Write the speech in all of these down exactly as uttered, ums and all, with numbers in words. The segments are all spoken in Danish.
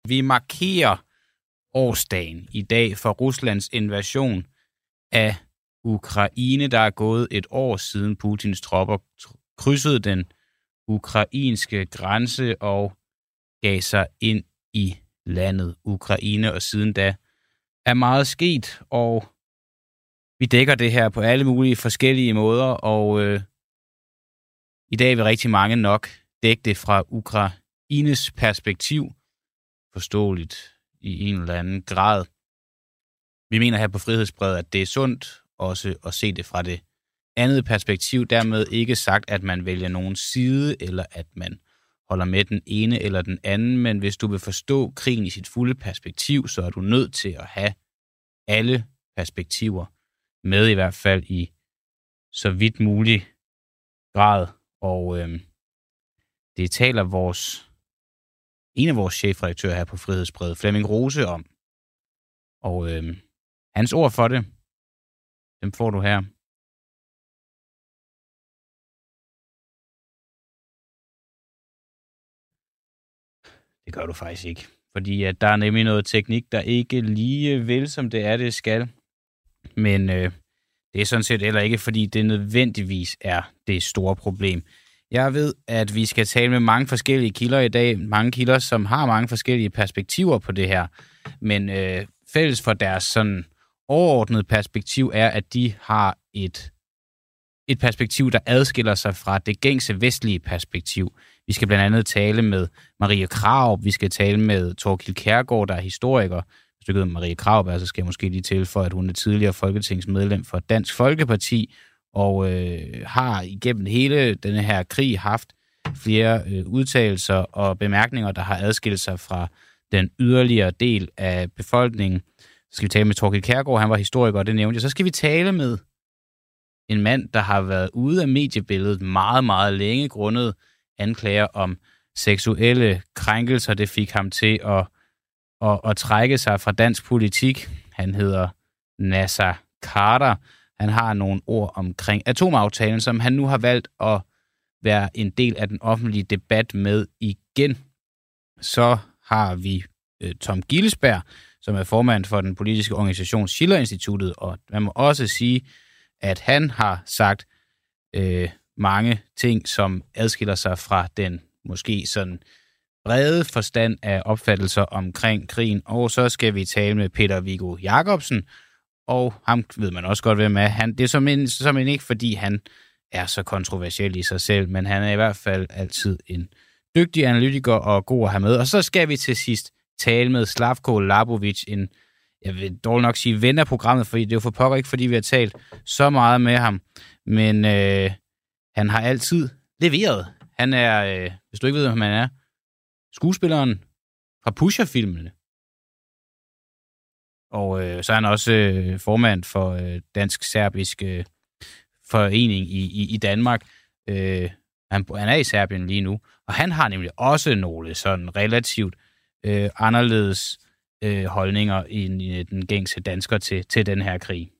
Vi markerer årsdagen i dag for Ruslands invasion af Ukraine. Der er gået et år siden Putins tropper krydsede den ukrainske grænse og gav sig ind i landet Ukraine, og siden da er meget sket, og vi dækker det her på alle mulige forskellige måder, og øh, i dag vil rigtig mange nok dække det fra Ukraines perspektiv, forståeligt i en eller anden grad. Vi mener her på Frihedsbrevet, at det er sundt også at se det fra det andet perspektiv, dermed ikke sagt, at man vælger nogen side, eller at man holder med den ene eller den anden, men hvis du vil forstå krigen i sit fulde perspektiv, så er du nødt til at have alle perspektiver med, i hvert fald i så vidt mulig grad. Og øhm, det taler vores en af vores chefredaktører her på Frihedsbrevet, Flemming Rose, om. Og øhm, hans ord for det, dem får du her. Det gør du faktisk ikke. Fordi at der er nemlig noget teknik, der ikke lige vil, som det er, det skal. Men øh, det er sådan set heller ikke, fordi det nødvendigvis er det store problem. Jeg ved, at vi skal tale med mange forskellige kilder i dag. Mange kilder, som har mange forskellige perspektiver på det her. Men øh, fælles for deres sådan overordnede perspektiv er, at de har et, et perspektiv, der adskiller sig fra det gængse vestlige perspektiv. Vi skal blandt andet tale med Marie Krarup, vi skal tale med Thorkild Kjærgaard, der er historiker. Hvis du ikke ved, Marie Krarup er, så skal jeg måske lige tilføje, at hun er tidligere folketingsmedlem for Dansk Folkeparti, og øh, har igennem hele denne her krig haft flere øh, udtalelser og bemærkninger, der har adskilt sig fra den yderligere del af befolkningen. Så skal vi tale med Thorkild Kjærgaard, han var historiker, og det nævnte jeg. Så skal vi tale med en mand, der har været ude af mediebilledet meget, meget længe, grundet anklager om seksuelle krænkelser. Det fik ham til at, at, at trække sig fra dansk politik. Han hedder Naser Khader. Han har nogle ord omkring atomaftalen, som han nu har valgt at være en del af den offentlige debat med igen. Så har vi øh, Tom Gillesberg, som er formand for den politiske organisation Schiller-instituttet, og man må også sige, at han har sagt øh, mange ting, som adskiller sig fra den måske sådan brede forstand af opfattelser omkring krigen. Og så skal vi tale med Peter Viggo Jacobsen, og ham ved man også godt, hvem er. Han, det er som som ikke, fordi han er så kontroversiel i sig selv, men han er i hvert fald altid en dygtig analytiker og god at have med. Og så skal vi til sidst tale med Slavko Labovic, en, jeg vil dårligt nok sige, ven af programmet, fordi det er jo for pokker ikke, fordi vi har talt så meget med ham. Men øh, han har altid leveret. Han er, øh, hvis du ikke ved, hvem han er, skuespilleren fra Pusher-filmene. Og øh, så er han også øh, formand for øh, Dansk-Serbisk øh, Forening i, i, i Danmark. Øh, han, han er i Serbien lige nu, og han har nemlig også nogle sådan relativt øh, anderledes øh, holdninger end i den gængse dansker til, til den her krig.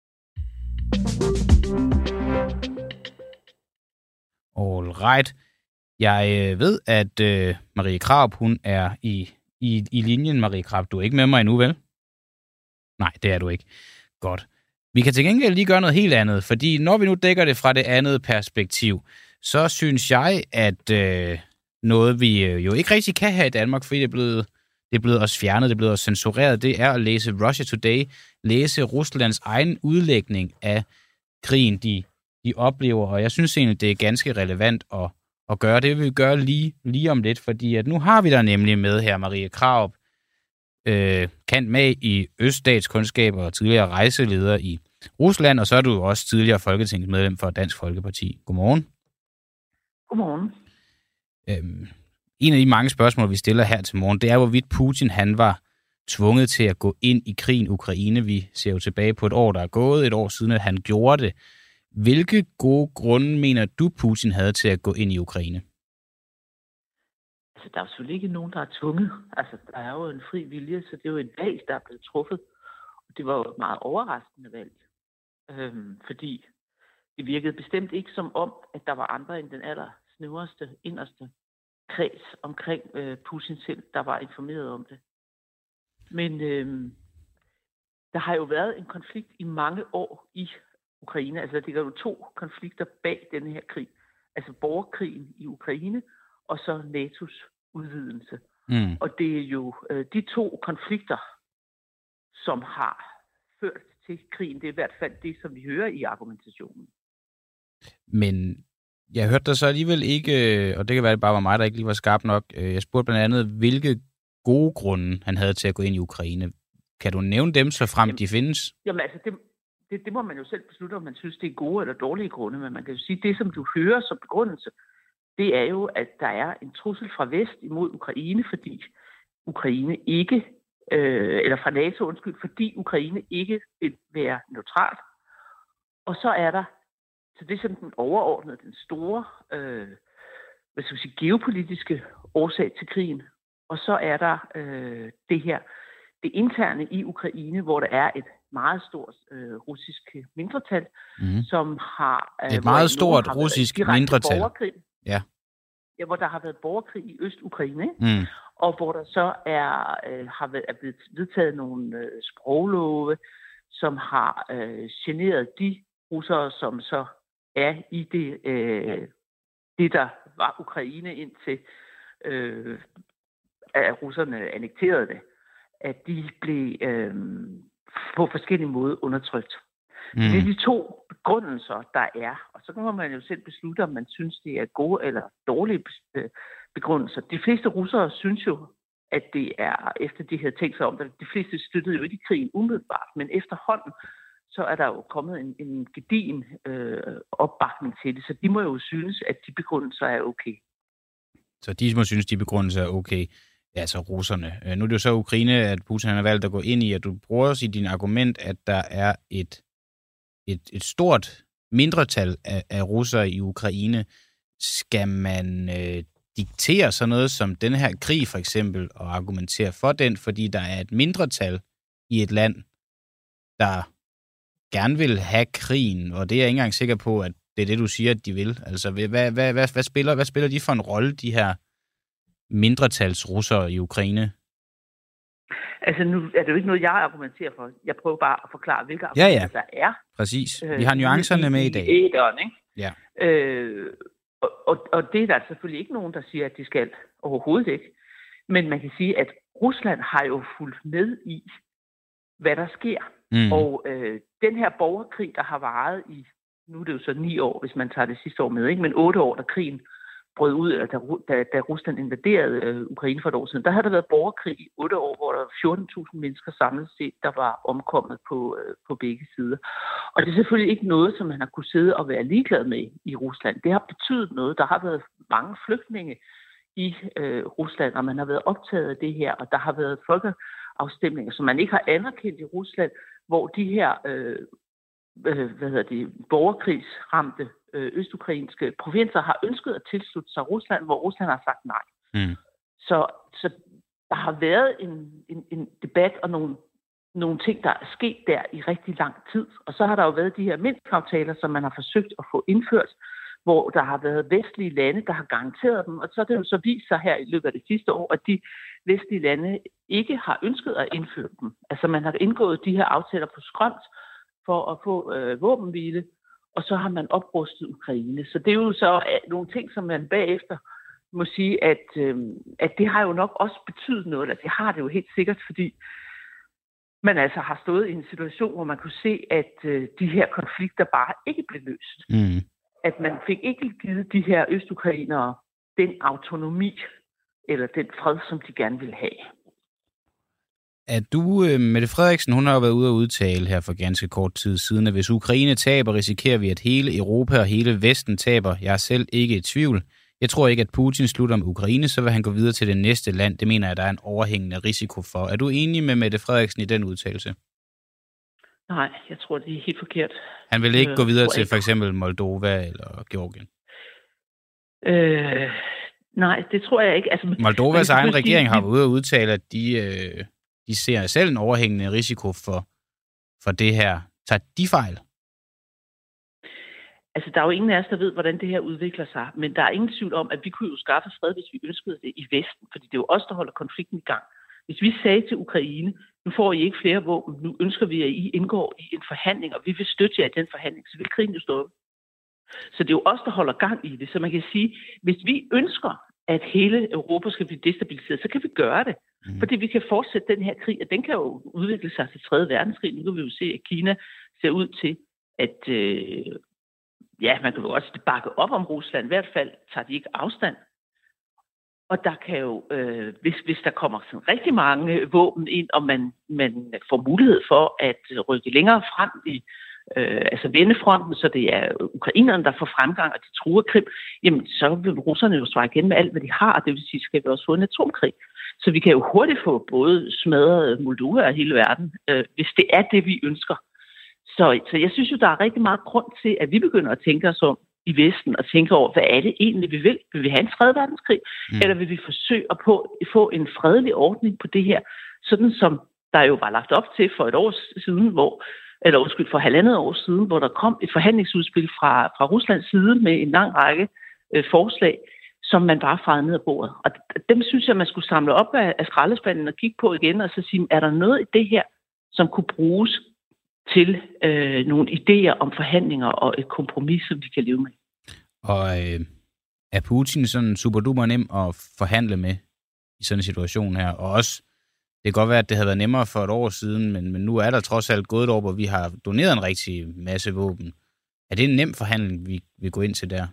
All right. Jeg øh, ved, at øh, Marie Krarup, hun er i, i, i linjen. Marie Krarup, du er ikke med mig endnu, vel? Nej, det er du ikke. Godt. Vi kan til gengæld lige gøre noget helt andet, fordi når vi nu dækker det fra det andet perspektiv, så synes jeg, at øh, noget vi øh, jo ikke rigtig kan have i Danmark, fordi det er blevet, det er blevet os fjernet, det er blevet os censureret, det er at læse Russia Today, læse Ruslands egen udlægning af krigen, de, de oplever, og jeg synes egentlig, det er ganske relevant at, at gøre. Det vil vi gøre lige, lige om lidt, fordi at nu har vi der nemlig med her Marie Krarup, øh, kendt med i øststatskundskaber og tidligere rejseleder i Rusland, og så er du jo også tidligere folketingsmedlem for Dansk Folkeparti. Godmorgen. Godmorgen. Øhm, en af de mange spørgsmål, vi stiller her til morgen, det er, hvorvidt Putin han var tvunget til at gå ind i krigen Ukraine. Vi ser jo tilbage på et år, der er gået, et år siden, at han gjorde det. Hvilke gode grunde mener du, Putin havde til at gå ind i Ukraine? Altså, der er jo selvfølgelig ikke nogen, der er tvunget. Altså, der er jo en fri vilje, så det er jo et valg, der er blevet truffet. Og det var jo et meget overraskende valg. Øhm, fordi det virkede bestemt ikke som om, at der var andre end den aller snævreste, inderste kreds omkring øh, Putin selv, der var informeret om det. Men øh, der har jo været en konflikt i mange år i Ukraine. Altså, der er jo to konflikter bag denne her krig. Altså borgerkrigen i Ukraine, og så N A T O's udvidelse. Mm. Og det er jo øh, de to konflikter, som har ført til krigen. Det er i hvert fald det, som vi hører i argumentationen. Men jeg hørte dig så alligevel ikke, og det kan være, det bare var mig, der ikke lige var skarp nok. Jeg spurgte blandt andet, hvilke gode grunde han havde til at gå ind i Ukraine. Kan du nævne dem, så frem jamen, de findes? Jamen altså, det, det, det må man jo selv beslutte, om man synes, det er gode eller dårlige grunde. Men man kan jo sige, det som du hører som begrundelse, det er jo, at der er en trussel fra vest imod Ukraine, fordi Ukraine ikke, øh, eller fra NATO, undskyld, fordi Ukraine ikke vil være neutralt. Og så er der, så det er sådan den overordnede, den store, øh, hvad skal vi sige, geopolitiske årsag til krigen. Og så er der øh, det her, det interne i Ukraine, hvor der er et meget stort øh, russisk mindretal, mm. som har... Øh, et meget stort russisk mindretal. Ja. Ja, hvor der har været borgerkrig i Øst-Ukraine, mm. og hvor der så er, øh, har været, er blevet vedtaget nogle øh, sproglove, som har øh, generet de russere, som så er i det, øh, det der var Ukraine indtil øh, at russerne annekterede det, at de blev øh, på forskellige måder undertrykt. Mm. Det er de to begrundelser, der er. Og så må man jo selv beslutte, om man synes, det er gode eller dårlige begrundelser. De fleste russere synes jo, at det er, efter de havde tænkt sig om det, de fleste støttede jo ikke krigen umiddelbart, men efterhånden, så er der jo kommet en, en gedigen øh, opbakning til det. Så de må jo synes, at de begrundelser er okay. Så de må synes, de begrundelser er okay. Ja, altså russerne. Nu er det jo så Ukraine, at Putin har valgt at gå ind i, at du bruger også i din argument, at der er et, et, et stort mindretal af, af russere i Ukraine. Skal man øh, diktere sådan noget som den her krig for eksempel, og argumentere for den, fordi der er et mindretal i et land, der gerne vil have krigen, og det er jeg ikke engang sikker på, at det er det, du siger, at de vil. Altså, hvad, hvad, hvad, hvad, spiller, hvad spiller de for en rolle, de her mindretals russere i Ukraine? Altså, nu er det jo ikke noget, jeg argumenterer for. Jeg prøver bare at forklare, hvilke argumenter ja, ja. der er. Præcis. Vi har nuancerne øh, med i dag. I æderen, ikke? Ja. Øh, og, og, og det er der selvfølgelig ikke nogen, der siger, at de skal overhovedet ikke. Men man kan sige, at Rusland har jo fulgt med i, hvad der sker. Mm. Og øh, den her borgerkrig, der har varet i, nu er det jo så ni år, hvis man tager det sidste år med, ikke? Men otte år, da krigen brød ud, eller da, da, da Rusland invaderede øh, Ukraine for et år siden, der har der været borgerkrig i otte år, hvor der var fjorten tusind mennesker samlet set, der var omkommet på, øh, på begge sider. Og det er selvfølgelig ikke noget, som man har kunnet sidde og være ligeglad med i Rusland. Det har betydet noget. Der har været mange flygtninge i øh, Rusland, og man har været optaget af det her, og der har været folkeafstemninger, som man ikke har anerkendt i Rusland, hvor de her øh, hvad hedder det, borgerkrigsramte øh, østukrainske provinser har ønsket at tilslutte sig Rusland, hvor Rusland har sagt nej. Mm. Så, så der har været en, en, en debat og nogle, nogle ting, der er sket der i rigtig lang tid. Og så har der jo været de her Minsk-aftaler, som man har forsøgt at få indført, hvor der har været vestlige lande, der har garanteret dem. Og så er det jo så vist sig her i løbet af det sidste år, at de vestlige lande ikke har ønsket at indføre dem. Altså man har indgået de her aftaler på skrømt for at få øh, våbenhvile, og så har man oprustet Ukraine. Så det er jo så øh, nogle ting, som man bagefter må sige, at, øh, at det har jo nok også betydet noget, eller det har det jo helt sikkert, fordi man altså har stået i en situation, hvor man kunne se, at øh, de her konflikter bare ikke blev løst. Mm. At man fik ikke givet de her østukrainere den autonomi, eller den fred, som de gerne ville have. At du, Mette Frederiksen, hun har jo været ude at udtale her for ganske kort tid siden, at hvis Ukraine taber, risikerer vi, at hele Europa og hele Vesten taber. Jeg er selv ikke i tvivl. Jeg tror ikke, at Putin slutter med Ukraine, så vil han gå videre til det næste land. Det mener jeg, der er en overhængende risiko for. Er du enig med Mette Frederiksen i den udtalelse? Nej, jeg tror, det er helt forkert. Han vil ikke øh, gå videre til for eksempel Moldova eller Georgien? Øh, nej, det tror jeg ikke. Altså, Moldovas egen regering har været ude at udtale, at de... Øh, De ser selv en overhængende risiko for, for det her. Tager de fejl? Altså, der er jo ingen af os, der ved, hvordan det her udvikler sig, men der er ingen tvivl om, at vi kunne jo skaffe fred, hvis vi ønskede det i Vesten, fordi det er jo os, der holder konflikten i gang. Hvis vi sagde til Ukraine, nu får I ikke flere våben, nu ønsker vi, at I indgår i en forhandling, og vi vil støtte jer i den forhandling, så vil krigen jo stoppe. Så det er jo os, der holder gang i det. Så man kan sige, hvis vi ønsker, at hele Europa skal blive destabiliseret, så kan vi gøre det. Mm. Fordi vi kan fortsætte den her krig, og den kan jo udvikle sig til tredje verdenskrig. Nu kan vi jo se, at Kina ser ud til, at øh, ja, man kan jo også bakke op om Rusland. I hvert fald tager de ikke afstand. Og der kan jo, øh, hvis, hvis der kommer sådan rigtig mange våben ind, og man, man får mulighed for at rykke længere frem i Øh, altså vendefronten, så det er ukrainerne, der får fremgang, og de truer Krim, jamen så vil russerne jo svare igen med alt, hvad de har, og det vil sige, skal vi også få en atomkrig. Så vi kan jo hurtigt få både smadret Moldova og hele verden, øh, hvis det er det, vi ønsker. Så, så jeg synes jo, der er rigtig meget grund til, at vi begynder at tænke os om i Vesten, og tænke over, hvad er det egentlig, vi vil? Vil vi have en tredje verdenskrig, mm. eller vil vi forsøge at på, få en fredelig ordning på det her, sådan som der jo var lagt op til for et år siden, hvor eller undskyld, for halvandet år siden, hvor der kom et forhandlingsudspil fra, fra Ruslands side med en lang række øh, forslag, som man bare fejede ned af bordet. Og dem synes jeg, man skulle samle op af, af skraldespanden og kigge på igen, og så sige, er der noget i det her, som kunne bruges til øh, nogle idéer om forhandlinger og et kompromis, som vi kan leve med. Og øh, er Putin sådan super duper nem at forhandle med i sådan en situation her? Og også det kan godt være, at det havde været nemmere for et år siden, men, men nu er der trods alt gået et år, hvor vi har doneret en rigtig masse våben. Er det en nem forhandling, vi vil gå ind til der?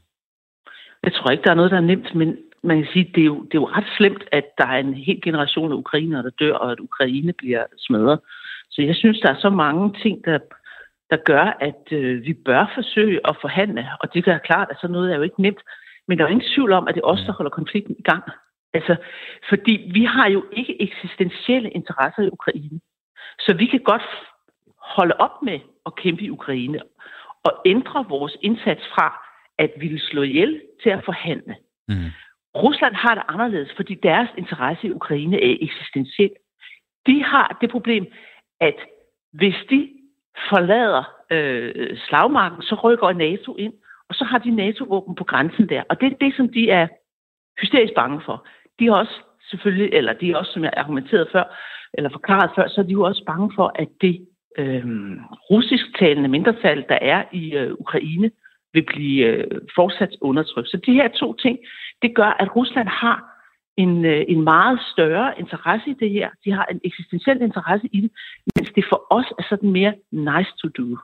Jeg tror ikke, der er noget, der er nemt, men man kan sige, det er jo, det er jo ret slemt, at der er en hel generation af ukrainere, der dør, og at Ukraine bliver smadret. Så jeg synes, der er så mange ting, der, der gør, at øh, vi bør forsøge at forhandle, og det er klart, at sådan noget er jo ikke nemt. Men der er jo ingen tvivl om, at det er os, der holder konflikten i gang. Altså, fordi vi har jo ikke eksistentielle interesser i Ukraine. Så vi kan godt holde op med at kæmpe i Ukraine og ændre vores indsats fra at ville slå ihjel til at forhandle. Mm. Rusland har det anderledes, fordi deres interesse i Ukraine er eksistentiel. De har det problem, at hvis de forlader øh, slagmarken, så rykker NATO ind, og så har de NATO-våben på grænsen der. Og det er det, som de er hysterisk bange for. De er også selvfølgelig, eller de er også, som jeg argumenterede før, eller forklaret før, så er de jo også bange for, at det øh, russisktalende mindretal, der er i øh, Ukraine, vil blive øh, fortsat undertrykt. Så de her to ting, det gør, at Rusland har en, øh, en meget større interesse i det her. De har en eksistentiel interesse i det, mens det for os er sådan mere nice to do.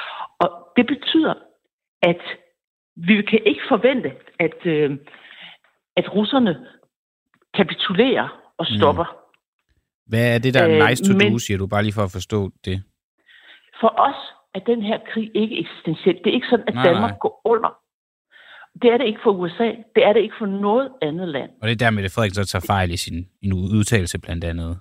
Og det betyder, at vi kan ikke forvente, at, øh, at russerne kapitulerer og stopper. Mm. Hvad er det, der er nice to do, siger du, bare lige for at forstå det? For os er den her krig ikke eksistentiel. Det er ikke sådan, at nej, Danmark nej. går under. Det er det ikke for U S A. Det er det ikke for noget andet land. Og det er der, Mette Frederiksen så tager fejl i sin en udtalelse blandt andet,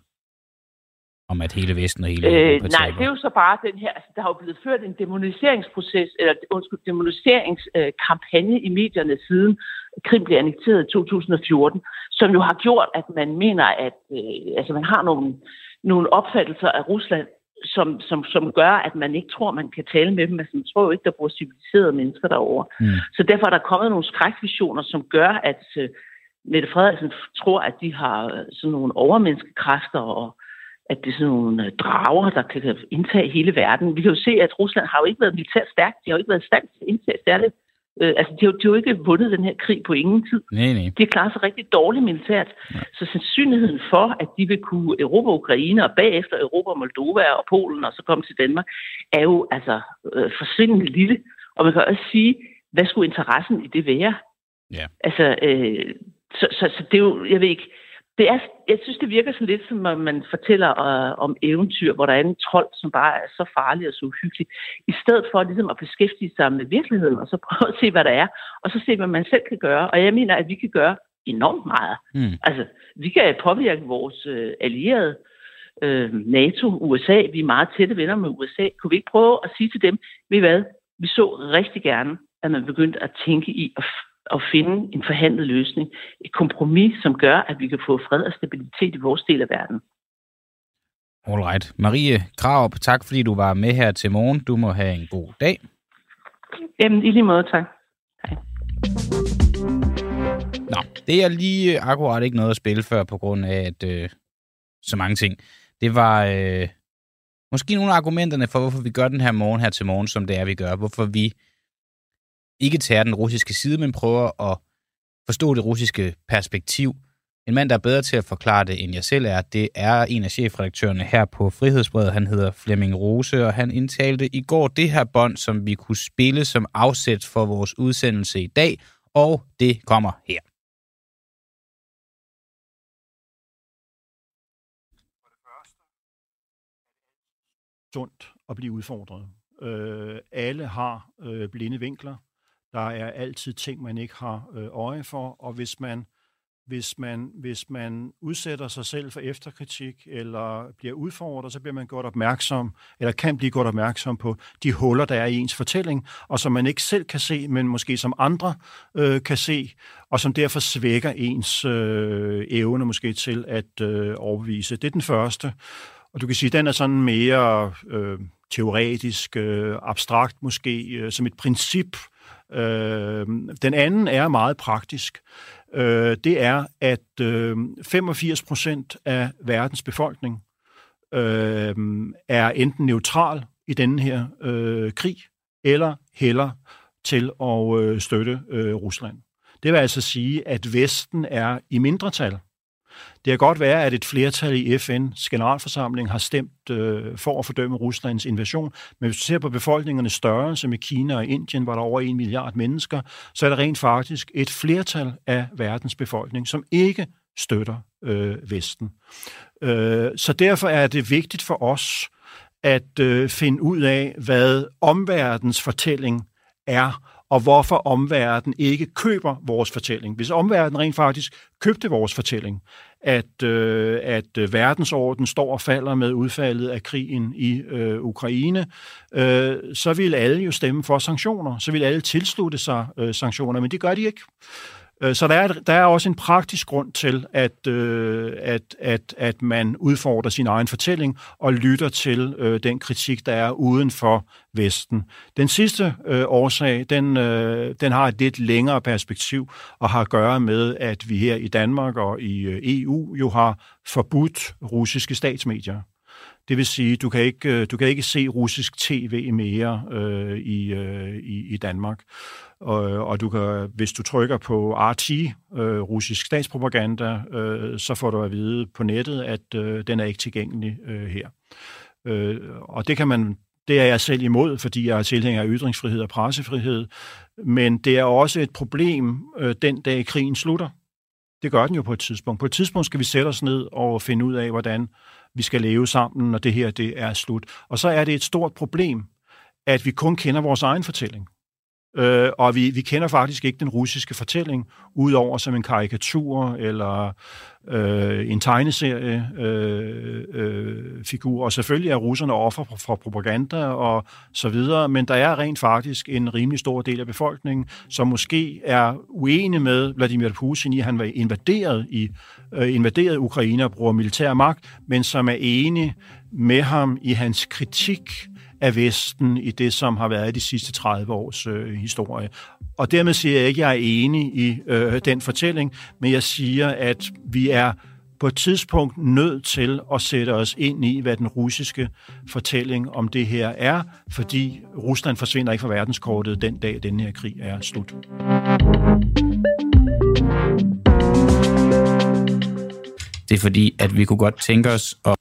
om at hele Vesten og hele øh, Europa nej, det er jo så bare den her, altså der har jo blevet ført en demoniseringsproces, eller undskyld, demoniseringskampagne øh, i medierne siden Krim blev annekteret i to tusind og fjorten, som jo har gjort, at man mener, at øh, altså man har nogle, nogle opfattelser af Rusland, som, som, som gør, at man ikke tror, man kan tale med dem. Altså, man tror jo ikke, der bor civiliserede mennesker derovre. Mm. Så derfor er der kommet nogle skrækvisioner, som gør, at øh, Mette Frederiksen tror, at de har sådan nogle overmenneskekræfter, og at det er sådan nogle drager, der kan indtage hele verden. Vi kan jo se, at Rusland har jo ikke været militært stærkt. De har jo ikke været i stand til at indtage særligt. Øh, altså, de har, de har jo ikke vundet den her krig på ingen tid. Nej, nej. De har klaret sig rigtig dårligt militært. Ja. Så sandsynligheden for, at de vil kunne erobre Ukraine, og bagefter erobre Moldova og Polen, og så komme til Danmark, er jo altså øh, forsvindende lille. Og man kan også sige, hvad skulle interessen i det være? Ja. Altså, øh, så, så, så det er jo, jeg ved ikke, det er, jeg synes, det virker sådan lidt, som om man fortæller øh, om eventyr, hvor der er en trold, som bare er så farlig og så uhyggelig, i stedet for ligesom at beskæftige sig med virkeligheden, og så prøve at se, hvad der er, og så se, hvad man selv kan gøre. Og jeg mener, at vi kan gøre enormt meget. Mm. Altså, vi kan påvirke vores øh, allierede, øh, NATO, U S A, vi er meget tætte venner med U S A. Kunne vi ikke prøve at sige til dem, ved I hvad, vi så rigtig gerne, at man begyndte at tænke i at at finde en forhandlet løsning. Et kompromis, som gør, at vi kan få fred og stabilitet i vores del af verden. Alright. Marie Krarup, tak fordi du var med her til morgen. Du må have en god dag. Jamen, i lige måde, tak. Hej. Nå, det er lige akkurat ikke noget at spille før, på grund af at øh, så mange ting. Det var øh, måske nogle af argumenterne for, hvorfor vi gør den her morgen her til morgen, som det er, vi gør. Hvorfor vi ikke tager den russiske side, men prøver at forstå det russiske perspektiv. En mand, der er bedre til at forklare det, end jeg selv er, det er en af chefredaktørerne her på Frihedsbrevet. Han hedder Flemming Rose, og han indtalte i går det her bånd, som vi kunne spille som afsæt for vores udsendelse i dag, og det kommer her. Sundt at blive udfordret. Øh, alle har øh, blinde vinkler. Der er altid ting, man ikke har øh, øje for, og hvis man, hvis, man, hvis man udsætter sig selv for efterkritik eller bliver udfordret, så bliver man gjort opmærksom, eller kan blive gjort opmærksom på de huller, der er i ens fortælling, og som man ikke selv kan se, men måske som andre øh, kan se, og som derfor svækker ens øh, evne måske til at øh, overbevise. Det er den første. Og du kan sige, at den er sådan mere øh, teoretisk, øh, abstrakt måske, øh, som et princip. Øh, den anden er meget praktisk. Øh, det er, at øh, femogfirs procent af verdens befolkning øh, er enten neutral i denne her øh, krig, eller hælder til at øh, støtte øh, Rusland. Det vil altså sige, at Vesten er i mindretal. Det kan godt være, at et flertal i F N's generalforsamling har stemt øh, for at fordømme Ruslands invasion, men hvis du ser på befolkningernes størrelse med Kina og Indien, hvor der er over en milliard mennesker, så er der rent faktisk et flertal af verdens befolkning, som ikke støtter øh, Vesten. Øh, så derfor er det vigtigt for os at øh, finde ud af, hvad omverdens fortælling er, og hvorfor omverdenen ikke køber vores fortælling. Hvis omverdenen rent faktisk købte vores fortælling, at, øh, at verdensorden står og falder med udfaldet af krigen i øh, Ukraine, øh, så vil alle jo stemme for sanktioner. Så vil alle tilslutte sig øh, sanktioner, men det gør de ikke. Så der er, der er også en praktisk grund til, at, øh, at, at, at man udfordrer sin egen fortælling og lytter til øh, den kritik, der er uden for Vesten. Den sidste øh, årsag, den, øh, den har et lidt længere perspektiv og har at gøre med, at vi her i Danmark og i øh, E U jo har forbudt russiske statsmedier. Det vil sige, du kan ikke du kan ikke se russisk tv mere øh, i, øh, i i Danmark. Og, og du kan, hvis du trykker på R T, øh, russisk statspropaganda, øh, så får du at vide på nettet, at øh, den er ikke tilgængelig øh, her. Øh, og det kan man det er jeg selv imod, fordi jeg er tilhænger af ytringsfrihed og pressefrihed. Men det er også et problem øh, den dag krigen slutter. Det gør den jo på et tidspunkt. På et tidspunkt skal vi sætte os ned og finde ud af, hvordan vi skal leve sammen, når det her det er slut. Og så er det et stort problem, at vi kun kender vores egen fortælling. Øh, og vi, vi kender faktisk ikke den russiske fortælling, udover som en karikatur eller øh, en tegneserie øh, øh, figur. Og selvfølgelig er russerne offer for, for propaganda og så videre, men der er rent faktisk en rimelig stor del af befolkningen, som måske er uenig med Vladimir Putin i, at han var invaderet i øh, invaderet Ukraine og bruger militær magt, men som er enig med ham i hans kritik af Vesten i det, som har været de sidste tredive års øh, historie. Og dermed siger jeg ikke, at jeg er enig i øh, den fortælling, men jeg siger, at vi er på et tidspunkt nødt til at sætte os ind i, hvad den russiske fortælling om det her er, fordi Rusland forsvinder ikke fra verdenskortet den dag, den her krig er slut. Det er fordi, at vi kunne godt tænke os at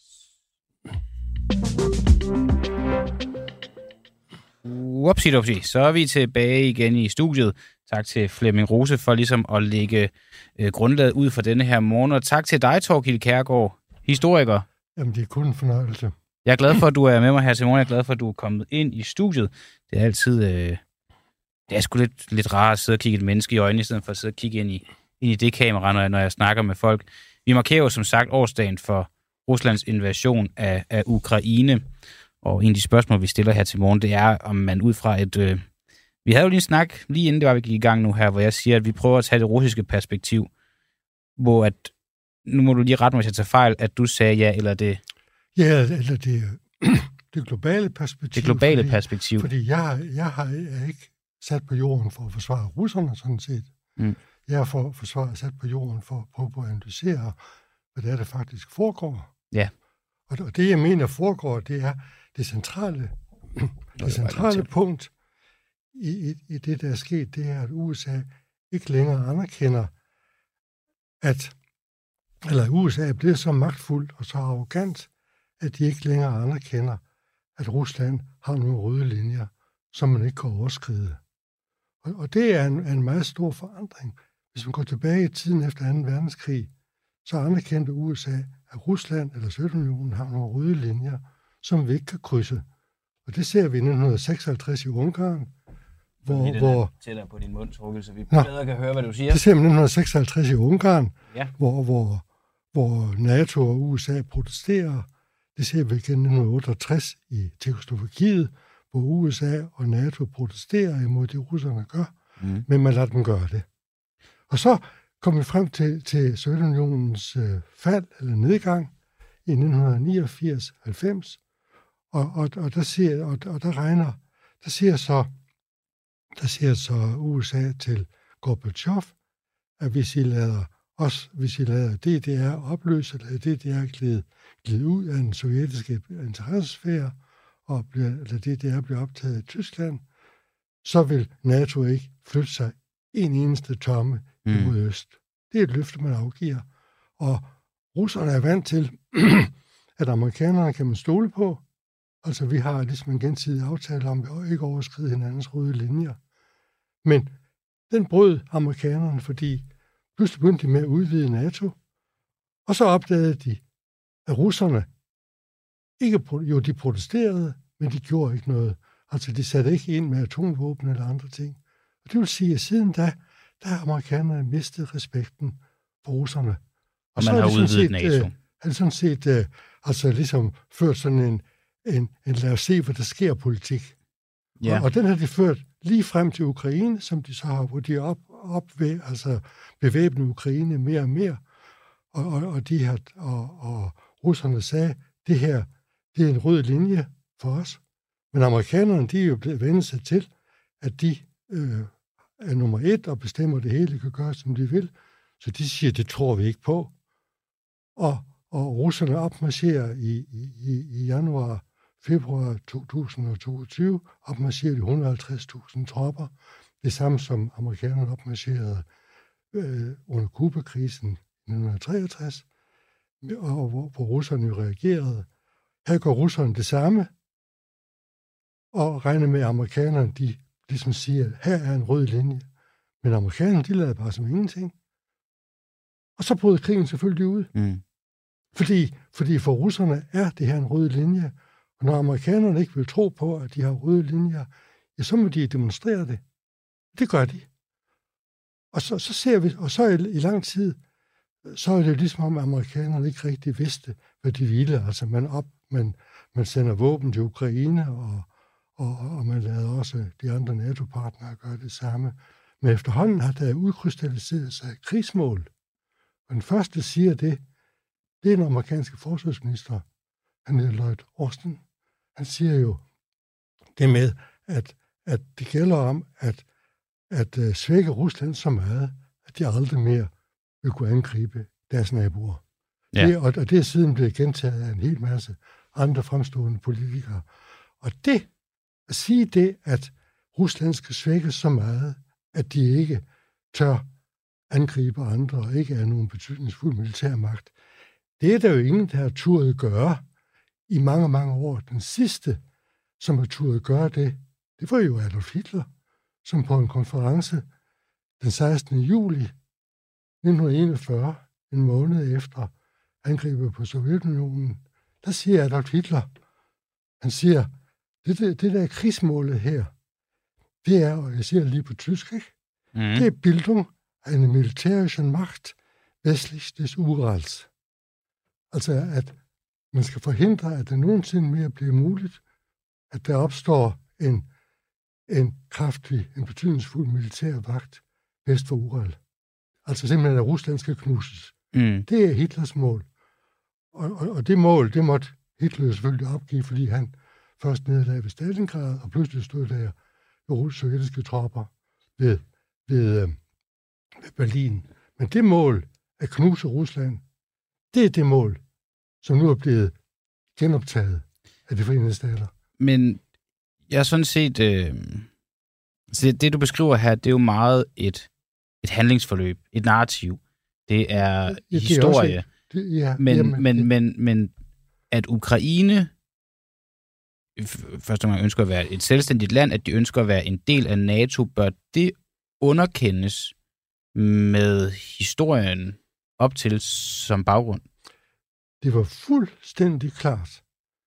Upsi-dupsi, så er vi tilbage igen i studiet. Tak til Flemming Rose for ligesom at lægge øh, grundlaget ud for denne her morgen. Og tak til dig, Thorkild Kjærgaard, historiker. Jamen, det er kun en fornøjelse. Jeg er glad for, at du er med mig her til morgen. Jeg er glad for, at du er kommet ind i studiet. Det er altid øh, det er sgu lidt, lidt rart at sidde og kigge et menneske i øjnene, i stedet for at sidde og kigge ind i, ind i det kamera, når jeg, når jeg snakker med folk. Vi markerer jo som sagt årsdagen for Ruslands invasion af, af Ukraine. Og en af de spørgsmål, vi stiller her til morgen, det er, om man ud fra et... Øh, vi havde jo lige en snak, lige inden det var, vi gik i gang nu her, hvor jeg siger, at vi prøver at tage det russiske perspektiv, hvor at... Nu må du lige rette mig, hvis jeg tager fejl, at du sagde ja, eller det... Ja, eller det, det globale perspektiv. Det globale fordi, perspektiv. Fordi jeg, jeg har jeg er ikke sat på jorden for at forsvare russerne, sådan set. Mm. Jeg er for at forsvare sat på jorden for at prøve på at analysere, hvad det er, der faktisk foregår. Ja. Og, og det, jeg mener foregår, det er det centrale, det centrale punkt i, i, i det, der er sket, det er, at U S A ikke længere anerkender, at eller U S A er blevet så magtfuldt og så arrogant, at de ikke længere anerkender, at Rusland har nogle røde linjer, som man ikke kan overskride. Og, og det er en, en meget stor forandring. Hvis man går tilbage i tiden efter anden verdenskrig, så anerkendte U S A, at Rusland eller Sovjetunionen har nogle røde linjer, som vi ikke kan krydse. Og det ser vi i nitten seksoghalvtreds i Ungarn, hvor... Den hvor er tættere på din mund, Trukkel, så vi bedre kan høre, hvad du siger. Det ser vi i nitten seksoghalvtreds i Ungarn, ja. hvor, hvor, hvor NATO og U S A protesterer. Det ser vi igen i nitten otteogtres i Tjekkoslovakiet, hvor U S A og NATO protesterer imod det, russerne gør, mm. men man lader dem gøre det. Og så kom vi frem til, til Sovjetunionens øh, fald eller nedgang i nitten niogfirs halvfems, og, og, og, der, siger, og, og der regner, der siger så, der siger så U S A til Gorbachev, at hvis I lader os, hvis I lader D D R opløse, eller D D R glide, glide ud af den sovjetiske interessesfære, og lade D D R blive optaget i Tyskland, så vil NATO ikke flytte sig en eneste tomme mm. imod øst. Det er et løfte, man afgiver. Og russerne er vant til, at amerikanerne kan man stole på. Altså, vi har ligesom en gensidig aftale om, at vi ikke overskride hinandens røde linjer. Men den brød amerikanerne, fordi pludselig begyndte de med at udvide NATO, og så opdagede de, at russerne ikke, jo, de protesterede, men de gjorde ikke noget. Altså, de satte ikke ind med atomvåben eller andre ting. Og det vil sige, at siden da, der har amerikanerne mistet respekten for russerne. Og, og man har udvidet set, NATO. Øh, han sådan set øh, altså ligesom ført sådan en, en, en lad os se, hvad der sker politik. Ja. Og, og den har de ført lige frem til Ukraine, som de så har, hvor de op, op ved, altså bevæbnet Ukraine mere og mere. Og, og, og, de har, og, og russerne sagde, det her, det er en rød linje for os. Men amerikanerne, de er jo blevet vendt sig til, at de øh, er nummer et og bestemmer det hele, kan gøre, som de vil. Så de siger, det tror vi ikke på. Og, og russerne opmarcherer i, i, i januar, februar to tusind og toogtyve, opmarcherer de et hundrede og halvtreds tusind tropper. Det samme som amerikanerne opmarcherede øh, under Kuba-krisen i nitten treogtres, og hvor, hvor russerne jo reagerede. Her går russerne det samme, og regner med, at amerikanerne, de ligesom siger, at her er en rød linje. Men amerikanerne, de lader bare som ingenting. Og så bryder krigen selvfølgelig ud. Mm. Fordi, fordi for russerne er det her en rød linje. Og når amerikanerne ikke vil tro på, at de har røde linjer, ja, så må de demonstrere det. Det gør de. Og så, så ser vi, og så i, i lang tid, så er det ligesom om, at amerikanerne ikke rigtig vidste, hvad de ville. Altså man, op, man, man sender våben til Ukraine, og, og, og man lader også de andre NATO-partnere gøre det samme. Men efterhånden har der udkrystalliseret sig krigsmål. Og den første, der siger det, det er den amerikanske forsvarsminister, han hedder Lloyd Austin. Han siger jo det med, at, at det gælder om at, at uh, svække Rusland så meget, at de aldrig mere vil kunne angribe deres naboer. Ja. Det, og, og det er siden blevet gentaget af en hel masse andre fremstående politikere. Og det, at sige det, at Rusland skal svækkes så meget, at de ikke tør angribe andre og ikke er nogen betydningsfuld militærmagt, det er der jo ingen, der har turde gøre i mange, mange år. Den sidste, som har turde gøre det, det var jo Adolf Hitler, som på en konference den sekstende juli nitten enogfyrre, en måned efter angrebet på Sovjetunionen, der siger Adolf Hitler, han siger, det, det, det der krigsmålet her, det er, og jeg siger det lige på tysk, ikke? Mm. Det er Bildung einer militärischen Macht westlich des Urals. Altså, at man skal forhindre, at det nogensinde mere bliver muligt, at der opstår en, en kraftig, en betydningsfuld militær magt vest for Ural. Altså simpelthen, at Rusland skal knuses. Mm. Det er Hitlers mål. Og, og, og det mål, det måtte Hitler selvfølgelig opgive, fordi han først nederlag ved Stalingrad, og pludselig stod der jo sovjetiske tropper ved, ved, øh, ved Berlin. Men det mål at knuse Rusland, det er det mål, som nu er blevet genoptaget af de forenede stater. Men jeg er sådan set... Øh, så det, du beskriver her, det er jo meget et, et handlingsforløb, et narrativ. Det er ja, det historie. Er også, det, ja, men, jamen, men, det. men, men at Ukraine først og fremmest ønsker at være et selvstændigt land, at de ønsker at være en del af NATO, bør det underkendes med historien op til som baggrund? Det var fuldstændig klart,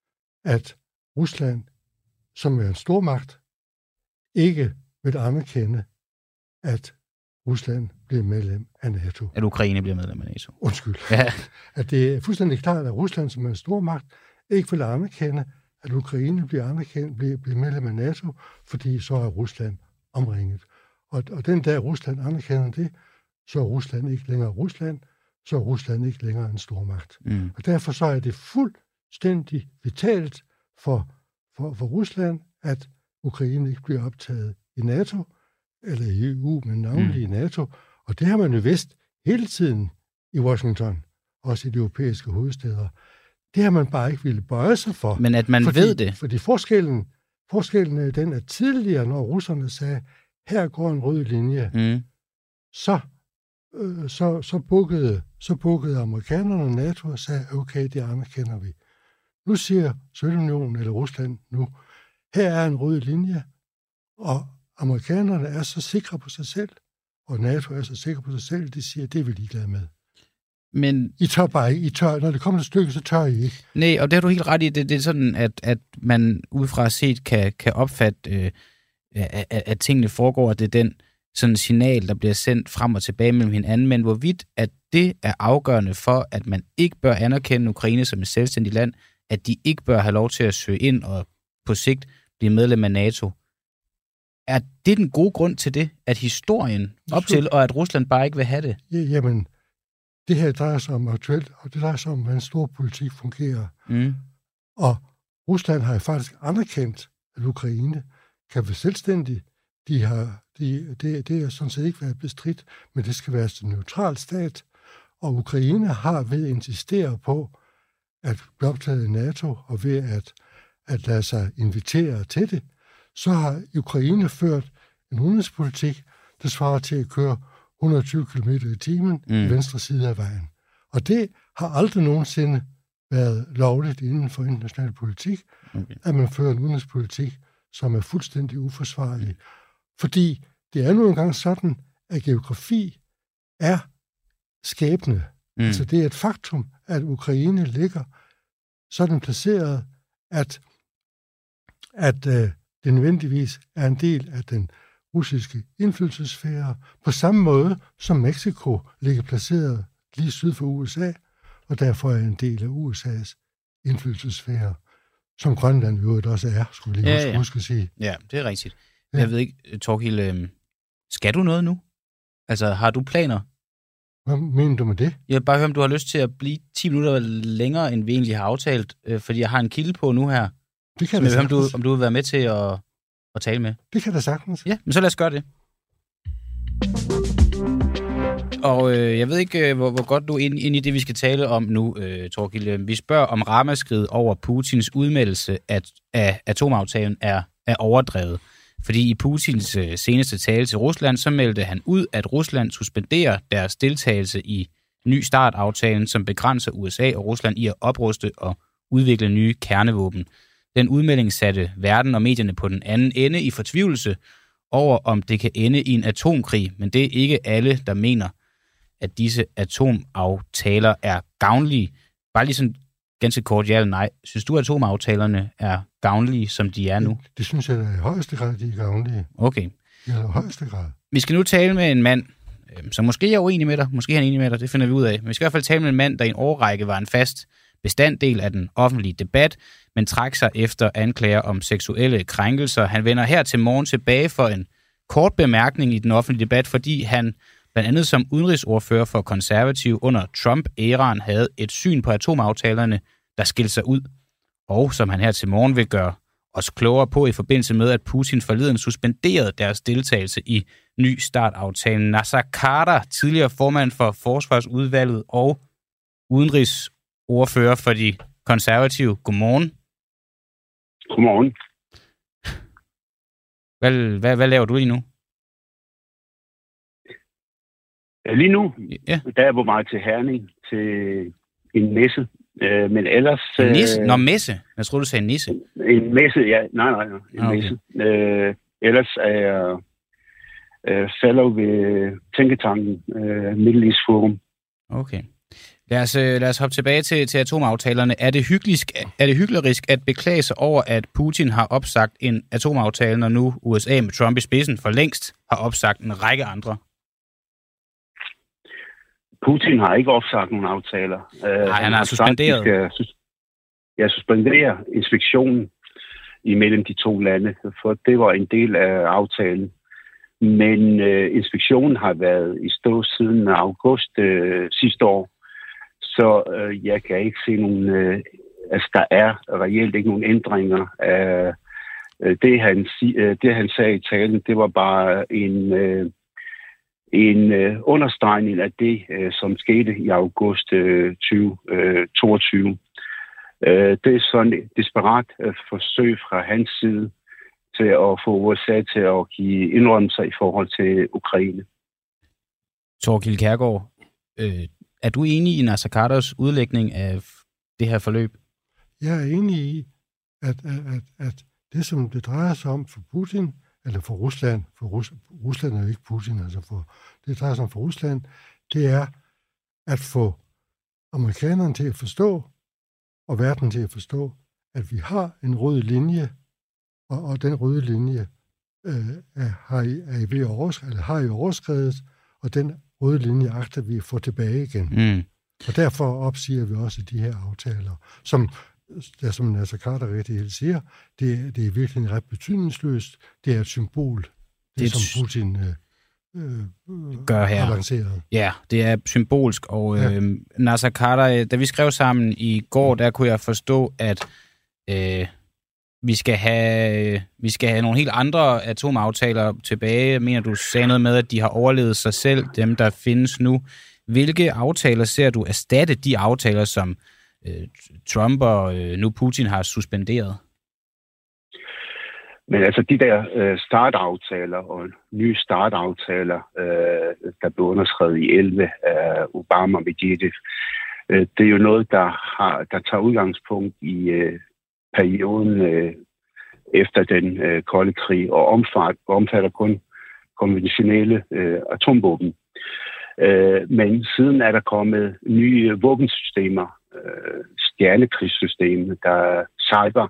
at Rusland, som er en stormagt, ikke vil anerkende, at Rusland bliver medlem af NATO. At Ukraine bliver medlem af NATO. Undskyld. Ja. At det er fuldstændig klart, at Rusland, som er en stormagt, ikke vil anerkende, at Ukraine bliver, anerkendt, bliver, bliver medlem af NATO, fordi så er Rusland omringet. Og, og den dag Rusland anerkender det, så er Rusland ikke længere Rusland, så er Rusland ikke længere en stormagt. Mm. Og derfor så er det fuldstændig vitalt for, for, for Rusland, at Ukraine ikke bliver optaget i NATO, eller i E U, men navnlig mm. i NATO. Og det har man jo vidst hele tiden i Washington, også i de europæiske hovedstæder. Det har man bare ikke ville bøje sig for. Men at man fordi, ved det. Fordi forskellen, forskellen er den, at tidligere, når russerne sagde, her går en rød linje, mm. så, øh, så, så, bukkede, så bukkede amerikanerne og NATO og sagde, okay, det anerkender vi. Nu siger Sovjetunionen eller Rusland nu, her er en rød linje, og amerikanerne er så sikre på sig selv, og NATO er så sikre på sig selv, de siger, det er vi ligeglade med. Men I tør bare ikke. I tør, når det kommer til stykket, så tør I ikke. Nej, og det har du helt ret i. Det, det er sådan, at, at man udefra set kan, kan opfatte, øh, at, at tingene foregår, at det er den sådan signal, der bliver sendt frem og tilbage mellem hinanden, men hvorvidt at det er afgørende for, at man ikke bør anerkende Ukraine som et selvstændigt land, at de ikke bør have lov til at søge ind og på sigt blive medlem af NATO. Er det den gode grund til det, at historien op til, og at Rusland bare ikke vil have det? Ja, jamen, det her drejer sig om aktuelt, og det drejer sig om, hvordan stor politik fungerer. Mm. Og Rusland har faktisk anerkendt, at Ukraine kan være selvstændig. De har, de, det, det er sådan set ikke været bestridt, men det skal være en neutral stat. Og Ukraine har ved at insistere på at blive optaget i NATO, og ved at, at lade sig invitere til det, så har Ukraine ført en udenrigspolitik, der svarer til at køre et hundrede og tyve kilometer i timen mm. i venstre side af vejen. Og det har aldrig nogensinde været lovligt inden for international politik, okay. at man fører en udenrigspolitik, som er fuldstændig uforsvarlig. Mm. Fordi det er nu engang sådan, at geografi er skæbne. Mm. Altså det er et faktum, at Ukraine ligger sådan placeret, at, at øh, det nødvendigvis er en del af den russiske indflydelsessfære, på samme måde som Mexico ligger placeret lige syd for U S A, og derfor er en del af U S A's indflydelsessfære, som Grønland jo også er, skulle jeg lige ja, ja. huske at sige. Ja, det er rigtigt. Ja. Jeg ved ikke, Thorkild, øh, skal du noget nu? Altså, har du planer? Hvad mener du med det? Jeg vil bare høre, om du har lyst til at blive ti minutter længere, end vi egentlig har aftalt, øh, fordi jeg har en kilde på nu her. Det kan jeg om du, om du vil være med til at, at tale med. Det kan da sagtens. Ja, men så lad os gøre det. Og øh, jeg ved ikke, hvor, hvor godt du er inde, inde i det, vi skal tale om nu, øh, Thorkild. Vi spørger, om ramaskriget over Putins udmeldelse af, af atomaftalen er, er overdrevet. Fordi i Putins øh, seneste tale til Rusland, så meldte han ud, at Rusland suspenderer deres deltagelse i ny startaftalen, som begrænser U S A og Rusland i at opruste og udvikle nye kernevåben. Den udmelding satte verden og medierne på den anden ende i fortvivlelse over, om det kan ende i en atomkrig, men det er ikke alle, der mener, at disse atomaftaler er gavnlige. Bare lige sådan ganske kort, ja eller nej. Synes du, at atomaftalerne er gavnlige, som de er nu? Det, det synes jeg, at i højeste grad, de er gavnlige. Okay. Ja, i højeste grad. Vi skal nu tale med en mand, som måske er uenig med dig, måske er han enig med dig, det finder vi ud af. Men vi skal i hvert fald tale med en mand, der i en årrække var en fast bestanddel af den offentlige debat, men trak sig efter anklager om seksuelle krænkelser. Han vender her til morgen tilbage for en kort bemærkning i den offentlige debat, fordi han blandt andet som udenrigsordfører for konservativ under Trump-æraen havde et syn på atomaftalerne, der skilte sig ud, og som han her til morgen vil gøre os klogere på i forbindelse med, at Putin forleden suspenderede deres deltagelse i ny startaftalen. Naser Khader, tidligere formand for Forsvarsudvalget og udenrigsordfører for de konservative. Godmorgen. Godmorgen. Hvad, hvad, hvad laver du lige nu? Lige nu, ja. Der er jeg på vej til Herning til en messe. Øh, men ellers... En nisse? Nå, messe. Jeg troede, du sagde nisse. En messe, ja. Nej, nej, nej. En okay. messe. Øh, ellers er jeg øh, fellow ved Tænketanken, øh, Middle East Forum. Okay. Lad os, lad os hoppe tilbage til, til atomaftalerne. Er det, hyggelisk, er det hyklerisk at beklage sig over, at Putin har opsagt en atomaftale, når nu U S A med Trump i spidsen for længst har opsagt en række andre? Putin har ikke opsagt nogen aftaler. Nej, han, han har suspenderet. Sagt, skal, jeg suspenderer inspektionen imellem de to lande, for det var en del af aftalen. Men øh, inspektionen har været i stå siden august øh, sidste år, så øh, jeg kan ikke se nogen... Øh, altså, der er reelt ikke nogen ændringer af øh, det, han, øh, det, han sagde i talen. Det var bare en... Øh, En øh, understregning af det, øh, som skete i august øh, tyve toogtyve. Øh, det er sådan et desperat øh, forsøg fra hans side til at få U S A til at give indrømmelser i forhold til Ukraine. Thorkild Kjærgaard, øh, er du enig i Naser Khaders udlægning af det her forløb? Jeg er enig i, at, at, at, at det, som det drejer sig om for Putin, eller for Rusland, for Rus- Rusland er jo ikke Putin, altså for, det drejer sig om for Rusland, det er at få amerikanerne til at forstå, og verden til at forstå, at vi har en rød linje, og, og den røde linje øh, er, har I, er I ved at overskrides, eller har I overskredet, og den røde linje agter vi at få tilbage igen. Mm. Og derfor opsiger vi også de her aftaler, som det, som Naser Khader rigtig helt siger, det, det er virkelig ret betydningsløst. Det er et symbol, det, det som Putin øh, øh, gør her. har lanceret. Ja, det er symbolsk. Og ja. øh, Naser Khader, da vi skrev sammen i går, der kunne jeg forstå, at øh, vi skal have vi skal have nogle helt andre atomaftaler tilbage. Jeg mener, du sagde noget med, at de har overlevet sig selv, dem der findes nu. Hvilke aftaler ser du erstatte de aftaler, som Trump og øh, nu Putin har suspenderet? Men altså de der øh, startaftaler og nye startaftaler, øh, der blev underskrevet i elleve af Obama og Medvedev, øh, det er jo noget, der, har, der tager udgangspunkt i øh, perioden øh, efter den øh, kolde krig og omfat, omfatter kun konventionelle øh, atomvåben. Øh, men siden er der kommet nye våbensystemer, Øh, stjernekrigssystemet, der er cyber,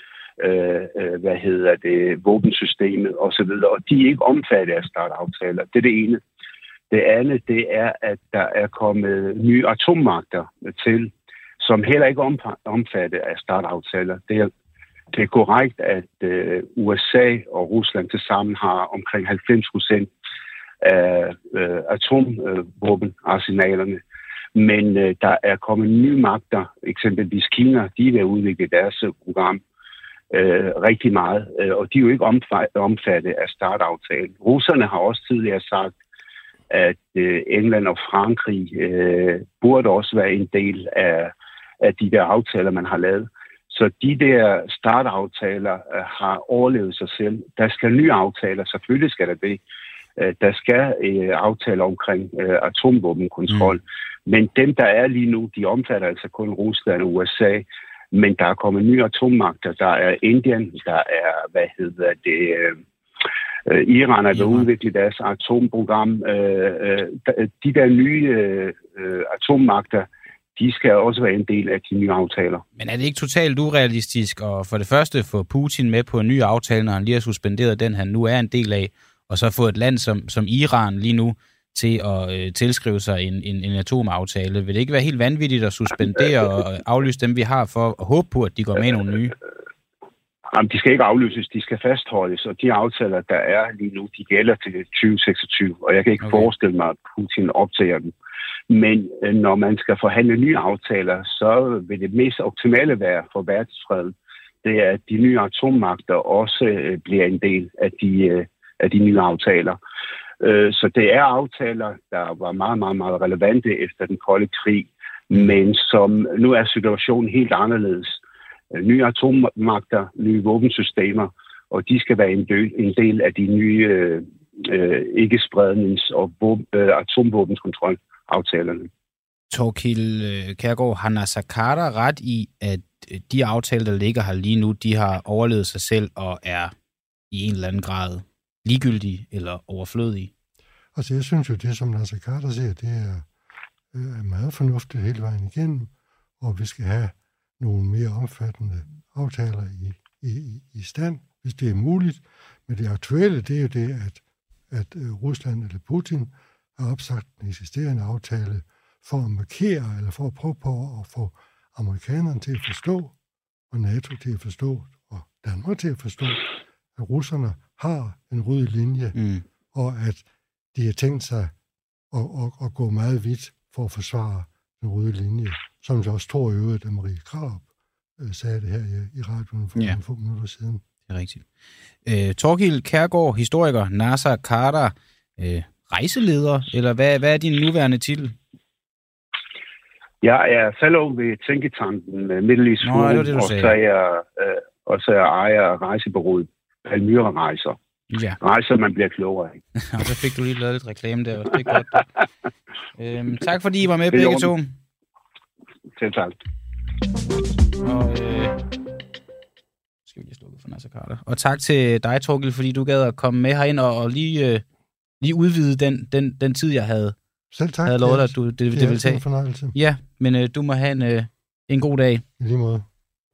øh, hvad hedder det, våbensystemet osv., og de er ikke omfattet af startaftaler. Det er det ene. Det andet, det er, at der er kommet nye atommagter til, som heller ikke er omfattet af startaftaler. Det er, det er korrekt, at øh, U S A og Rusland tilsammen har omkring halvfems procent af øh, atomvåbenarsenalerne. Men øh, der er kommet nye magter, eksempelvis Kina, de er ved at udvikle deres program øh, rigtig meget, øh, og de er jo ikke omfattet af startaftalen. Russerne har også tidligere sagt, at øh, England og Frankrig øh, burde også være en del af, af de der aftaler, man har lavet. Så de der startaftaler øh, har overlevet sig selv. Der skal nye aftaler, selvfølgelig skal der det. Øh, der skal øh, aftaler omkring øh, atomvåbenkontrol. Mm. Men dem, der er lige nu, de omfatter altså kun Rusland og U S A. Men der er kommet nye atommagter. Der er Indien, der er, hvad hedder det, øh, Iran er ved at udvikle deres atomprogram. Øh, øh, de der nye øh, atommagter, de skal også være en del af de nye aftaler. Men er det ikke totalt urealistisk at for det første få Putin med på en ny aftale, når han lige har suspenderet den, han nu er en del af, og så få et land som, som Iran lige nu til at øh, tilskrive sig en, en, en atomaftale? Vil det ikke være helt vanvittigt at suspendere og aflyse dem, vi har, for at håbe på, at de går med i nogle nye? Jamen, de skal ikke aflyses, de skal fastholdes, og de aftaler, der er lige nu, de gælder til tyve seksogtyve, og jeg kan ikke okay. forestille mig, at Putin optager dem. Men øh, når man skal forhandle nye aftaler, så vil det mest optimale være for verdensfreden, det er, at de nye atommagter også øh, bliver en del af de, øh, af de nye aftaler. Øh, så det er aftaler, der var meget, meget, meget relevante efter den kolde krig, men som nu er situationen helt anderledes. Øh, nye atommagter, nye våbensystemer, og de skal være en del, en del af de nye øh, øh, ikke-sprednings- og våben, øh, atomvåbenskontrolaftalerne. Thorkild Kjærgaard, har Naser Khader ret i, at de aftaler, der ligger her lige nu, de har overlevet sig selv og er i en eller anden grad ligegyldige eller overflødige? Altså, jeg synes jo, det som Naser Khader siger, det er øh, meget fornuftigt hele vejen igennem, og vi skal have nogle mere omfattende aftaler i, i, i stand, hvis det er muligt. Men det aktuelle, det er jo det, at, at Rusland eller Putin har opsagt den eksisterende aftale for at markere, eller for at prøve på at få amerikanerne til at forstå, og NATO til at forstå, og Danmark til at forstå, at russerne har en rød linje, mm. og at de har tænkt sig at, at, at gå meget vidt for at forsvare den røde linje, som jeg også tror i øvrigt, at Marie Krarup øh, sagde det her i, i radioen for ja. få minutter siden. Det er rigtigt. Øh, Thorkild Kjærgaard, historiker, Naser Khader, øh, rejseleder, eller hvad, hvad er din nuværende titel? Jeg er fellow ved tænketanken Middle East Forum, og, så er jeg, øh, og så er jeg ejer af rejsebureauet Palmyra Rejser. Ja. Rejser, man bliver klogere af. Og så fik du lige lavet lidt reklame der. Det er godt. øhm, tak fordi I var med begge to. Selv tak. Og øh, skal vi lige slukke for Naser Khader. Og tak til dig, Thorkild, fordi du gad at komme med herind og, og lige, øh, lige udvide den, den, den tid, jeg havde. Selv tak. Havde lovet dig, at du, det, det, det ville tage. En fornøjelse. Ja, men øh, du må have en, øh, en god dag. I lige måde.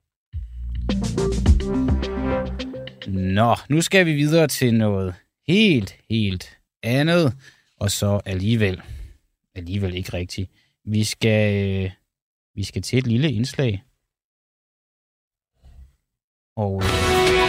Nå, nu skal vi videre til noget helt, helt andet, og så alligevel, alligevel ikke rigtigt. Vi skal, øh, vi skal til et lille indslag. Og øh,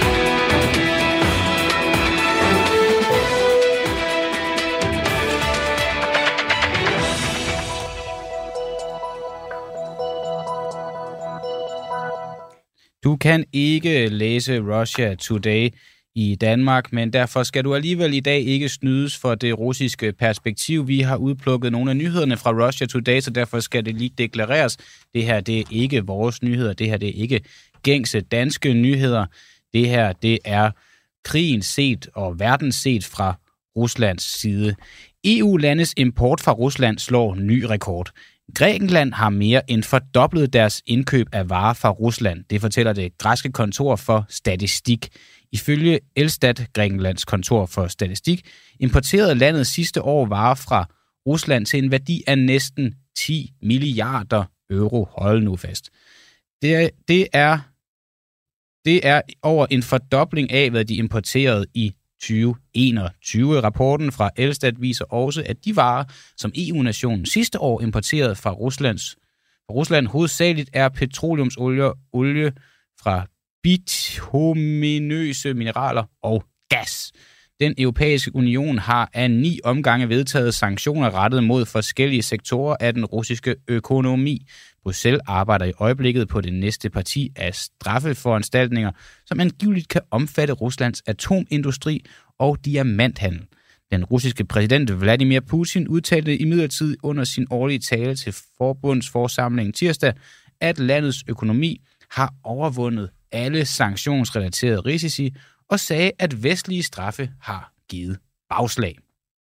du kan ikke læse Russia Today i Danmark, men derfor skal du alligevel i dag ikke snydes for det russiske perspektiv. Vi har udplukket nogle af nyhederne fra Russia Today, så derfor skal det lige deklareres. Det her, det er ikke vores nyheder. Det her, det er ikke gængse danske nyheder. Det her, det er krigen set og verden set fra Ruslands side. E U-landes import fra Rusland slår ny rekord. Grækenland har mere end fordoblet deres indkøb af varer fra Rusland. Det fortæller det græske kontor for statistik. Ifølge Elstat, Grækenlands kontor for statistik, importerede landet sidste år varer fra Rusland til en værdi af næsten ti milliarder euro. Hold nu fast. Det er, det er, det er over en fordobling af, hvad de importerede i tyve enogtyve. Rapporten fra Elstat viser også, at de varer, som E U-nationen sidste år importerede fra, Ruslands, fra Rusland, hovedsageligt er petroleumsolie, olie fra bituminøse mineraler og gas. Den europæiske union har af ni omgange vedtaget sanktioner rettet mod forskellige sektorer af den russiske økonomi. Bruxelles arbejder i øjeblikket på det næste parti af straffeforanstaltninger, som angiveligt kan omfatte Ruslands atomindustri og diamanthandel. Den russiske præsident Vladimir Putin udtalte imidlertid under sin årlige tale til forbundsforsamlingen tirsdag, at landets økonomi har overvundet alle sanktionsrelaterede risici og sagde, at vestlige straffe har givet bagslag.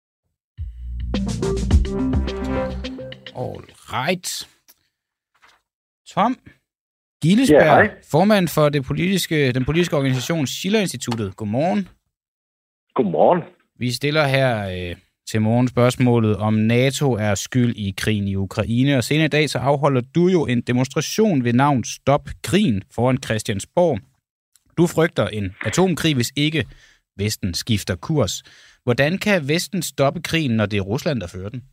All right. Tom Gillesberg, ja, formand for det politiske, den politiske organisation Schiller-instituttet. Godmorgen. Godmorgen. Vi stiller her øh, til morgen spørgsmålet, om NATO er skyld i krigen i Ukraine. Og senere i dag så afholder du jo en demonstration ved navn Stop Krigen foran Christiansborg. Du frygter en atomkrig, hvis ikke Vesten skifter kurs. Hvordan kan Vesten stoppe krigen, når det er Rusland, der fører den?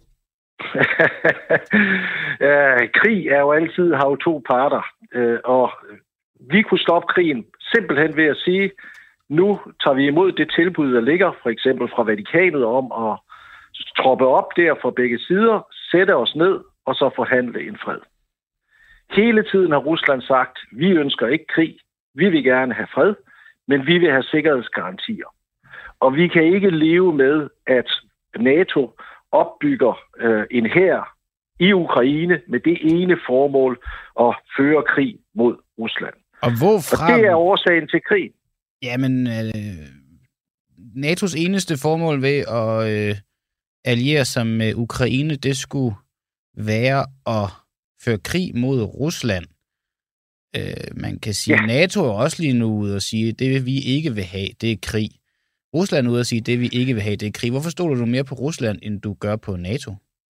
ja, krig er jo altid, har jo to parter, øh, og vi kunne stoppe krigen simpelthen ved at sige, nu tager vi imod det tilbud, der ligger, for eksempel fra Vatikanet, om at troppe op der fra begge sider, sætte os ned og så forhandle en fred. Hele tiden har Rusland sagt, vi ønsker ikke krig, Vi vil gerne have fred, men vi vil have sikkerhedsgarantier. Og vi kan ikke leve med, at NATO opbygger øh, en hær i Ukraine med det ene formål at føre krig mod Rusland. Og hvorfra... Og det er årsagen til krig. Jamen, øh, N A T O's eneste formål ved at øh, alliere sig med Ukraine, det skulle være at føre krig mod Rusland. Øh, man kan sige, ja. NATO er også lige nu ude og sige, at det vi ikke vil have, det er krig. Rusland er ude og sige, at det vi ikke vil have, det er krig. Hvorfor stoler du mere på Rusland, end du gør på NATO?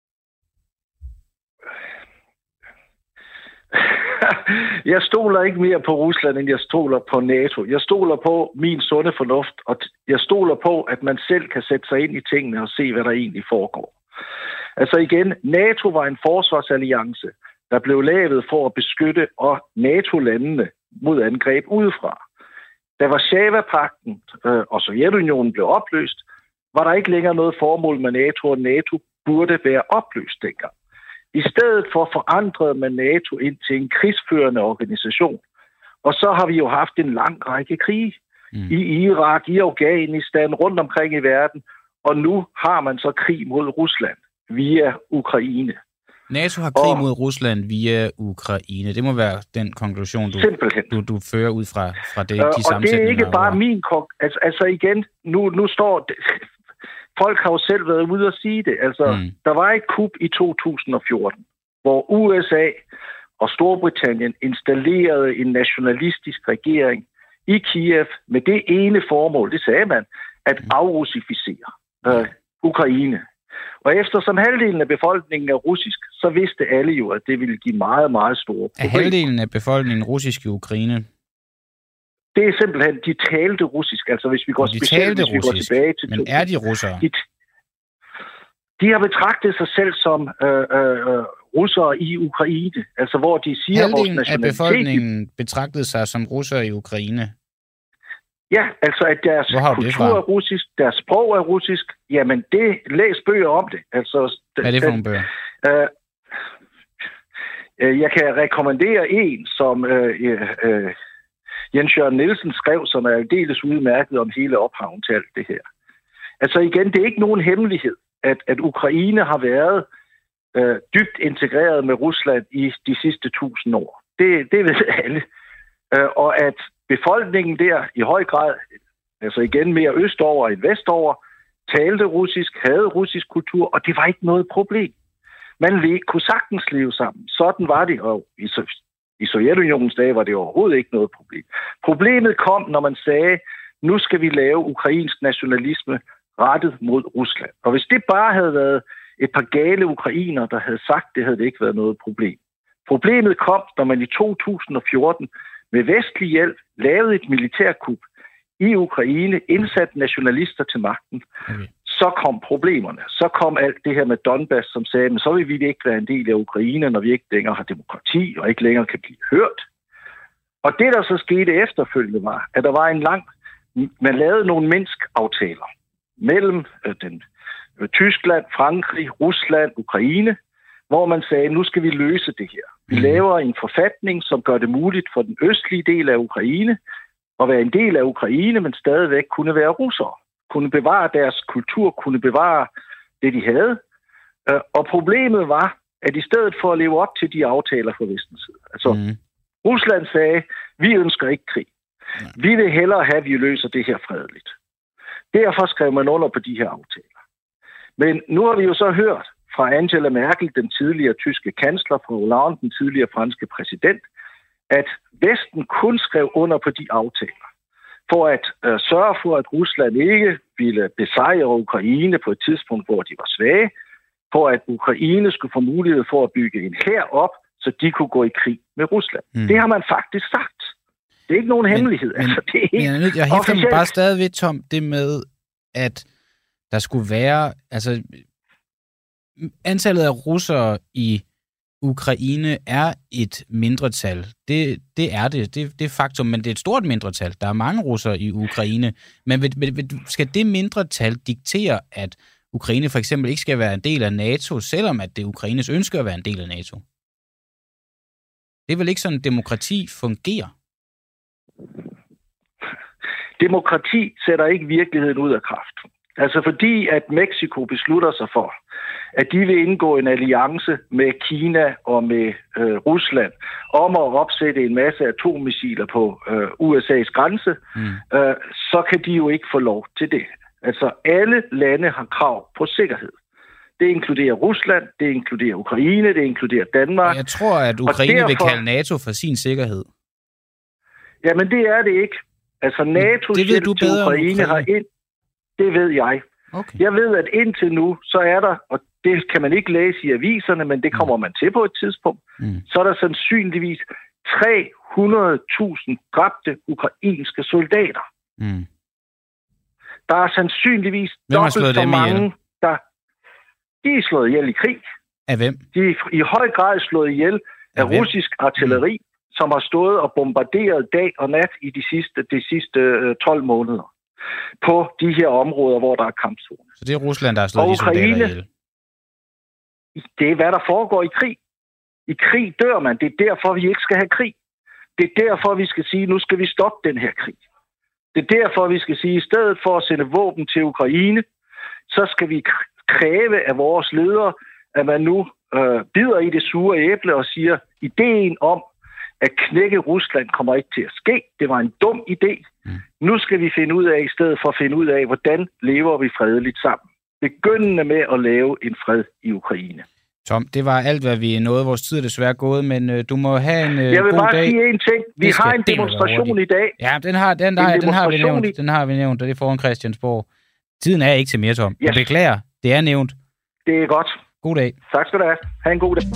Jeg stoler ikke mere på Rusland, end jeg stoler på NATO. Jeg stoler på min sunde fornuft, og jeg stoler på, at man selv kan sætte sig ind i tingene og se, hvad der egentlig foregår. Altså igen, NATO var en forsvarsalliance, der blev lavet for at beskytte NATO-landene mod angreb udefra. Da Warszava-pagten øh, og Sovjetunionen blev opløst, var der ikke længere noget formål med NATO, og NATO burde være opløst dengang. I stedet for forandrede man NATO ind til en krigsførende organisation. Og så har vi jo haft en lang række krige mm. i Irak, i Afghanistan, rundt omkring i verden. Og nu har man så krig mod Rusland via Ukraine. NATO har krig og, mod Rusland via Ukraine. Det må være den konklusion, du, du, du fører ud fra, fra det, de og sammensætninger. Og det er ikke bare min konklusion. Altså, altså igen, nu, nu står... Det, folk har jo selv været ude at sige det. Altså, mm. der var et kup i to tusind og fjorten, hvor U S A og Storbritannien installerede en nationalistisk regering i Kiev med det ene formål, det sagde man, at afrussificere øh, Ukraine. Og eftersom halvdelen af befolkningen er russisk, så vidste alle jo, at det ville give meget, meget store problemer. Er halvdelen af befolkningen russisk i Ukraine? Det er simpelthen, de talte russisk. Altså hvis vi går, de specielt, hvis vi går tilbage til... Men er de russere? De, de har betragtet sig selv som øh, øh, russere i Ukraine. Altså hvor de siger... Halvdelen af befolkningen betragtede sig som russere i Ukraine? Ja, altså at deres kultur er russisk, deres sprog er russisk. Jamen det, læs bøger om det. Altså, Hvad er det for nogle bøger? Øh, øh, jeg kan rekommendere en, som... Øh, øh, Jens Jørgen Nielsen skrev, som er aldeles udmærket om hele ophaven til alt det her. Altså igen, det er ikke nogen hemmelighed, at, at Ukraine har været øh, dybt integreret med Rusland i de sidste tusind år. Det, det ved alle. Øh, og at befolkningen der i høj grad, altså igen mere østover end vestover, talte russisk, havde russisk kultur, og det var ikke noget problem. Man kunne sagtens leve sammen. Sådan var det, og i I Sovjetunionens dage var det overhovedet ikke noget problem. Problemet kom, når man sagde, nu skal vi lave ukrainsk nationalisme rettet mod Rusland. Og hvis det bare havde været et par gale ukrainer, der havde sagt, det havde det ikke været noget problem. Problemet kom, når man i to tusind og fjorten med vestlig hjælp lavede et militærkup i Ukraine, indsatte nationalister til magten. Okay. Så kom problemerne. Så kom alt det her med Donbass, som sagde, men så vil vi ikke være en del af Ukraine, når vi ikke længere har demokrati og ikke længere kan blive hørt. Og det, der så skete efterfølgende, var, at der var en lang... Man lavede nogle Minsk-aftaler mellem øh, den, øh, Tyskland, Frankrig, Rusland, Ukraine, hvor man sagde, nu skal vi løse det her. Vi mm. laver en forfatning, som gør det muligt for den østlige del af Ukraine at være en del af Ukraine, men stadigvæk kunne være russere. Kunne bevare deres kultur, kunne bevare det, de havde. Og problemet var, at i stedet for at leve op til de aftaler fra vestens side, altså mm. Rusland sagde, vi ønsker ikke krig. Mm. Vi vil hellere have, at vi løser det her fredeligt. Derfor skrev man under på de her aftaler. Men nu har vi jo så hørt fra Angela Merkel, den tidligere tyske kansler, fra Hollande, den tidligere franske præsident, at Vesten kun skrev under på de aftaler, for at øh, sørge for, at Rusland ikke ville besejre Ukraine på et tidspunkt, hvor de var svage, for at Ukraine skulle få mulighed for at bygge en hær op, så de kunne gå i krig med Rusland. Mm. Det har man faktisk sagt. Det er ikke nogen men, hemmelighed. Men, altså, det er men jeg, jeg hæfter mig bare stadig ved, Tom, det med, at der skulle være... altså antallet af russere i Ukraine er et mindretal. Det, det er det. det. Det er faktum, men det er et stort mindretal. Der er mange russere i Ukraine. Men vil, vil, skal det mindretal diktere, at Ukraine for eksempel ikke skal være en del af NATO, selvom at det er Ukraines ønske at være en del af NATO? Det er vel ikke sådan, demokrati fungerer? Demokrati sætter ikke virkeligheden ud af kraft. Altså fordi, at Mexico beslutter sig for, at de vil indgå en alliance med Kina og med øh, Rusland om at opsætte en masse atommissiler på øh, U S A's grænse, mm. øh, så kan de jo ikke få lov til det. Altså alle lande har krav på sikkerhed. Det inkluderer Rusland, det inkluderer Ukraine, det inkluderer Danmark. Jeg tror, at Ukraine derfor, vil kalde NATO for sin sikkerhed. Jamen det er det ikke. Altså NATO's hjælp til Ukraine har ind. Det ved jeg. Okay. Jeg ved, at indtil nu, så er der, og det kan man ikke læse i aviserne, men det kommer man til på et tidspunkt, mm. så er der sandsynligvis tre hundrede tusind dræbte ukrainske soldater. Mm. Der er sandsynligvis dobbelt så mange, ihjel? der de er slået ihjel i krig. Af hvem? De er i høj grad slået ihjel af, af russisk artilleri, mm. som har stået og bombarderet dag og nat i de sidste, de sidste tolv måneder. På de her områder, hvor der er kampzoner. Så det er Rusland, der har slået de soldater ihjel? Det er, hvad der foregår i krig. I krig dør man. Det er derfor, vi ikke skal have krig. Det er derfor, vi skal sige, nu skal vi stoppe den her krig. Det er derfor, vi skal sige, i stedet for at sende våben til Ukraine, så skal vi kræve af vores ledere, at man nu øh, bider i det sure æble og siger, ideen om at knække Rusland kommer ikke til at ske. Det var en dum idé. Mm. Nu skal vi finde ud af, i stedet for at finde ud af, hvordan lever vi fredeligt sammen. Begyndende med at lave en fred i Ukraine. Tom, det var alt, hvad vi nåede. Vores tid er desværre gået, men øh, du må have en øh, god dag. Jeg vil bare sige en ting. Vi har en demonstration i dag. Ja, den har, den, der, den har vi nævnt. I... Den har vi nævnt, og det er foran Christiansborg. Tiden er ikke til mere, Tom. Yes. Jeg beklager. Det er nævnt. Det er godt. God dag. Tak skal du have. Ha' en god dag.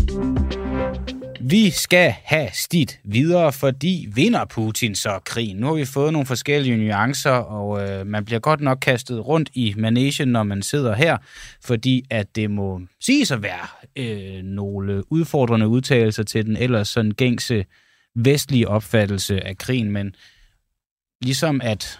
Vi skal have stidt videre, fordi vinder Putin så krigen. Nu har vi fået nogle forskellige nuancer, og øh, man bliver godt nok kastet rundt i managen, når man sidder her, fordi at det må siges at være øh, nogle udfordrende udtalelser til den ellers sådan gængse vestlige opfattelse af krigen, men ligesom at,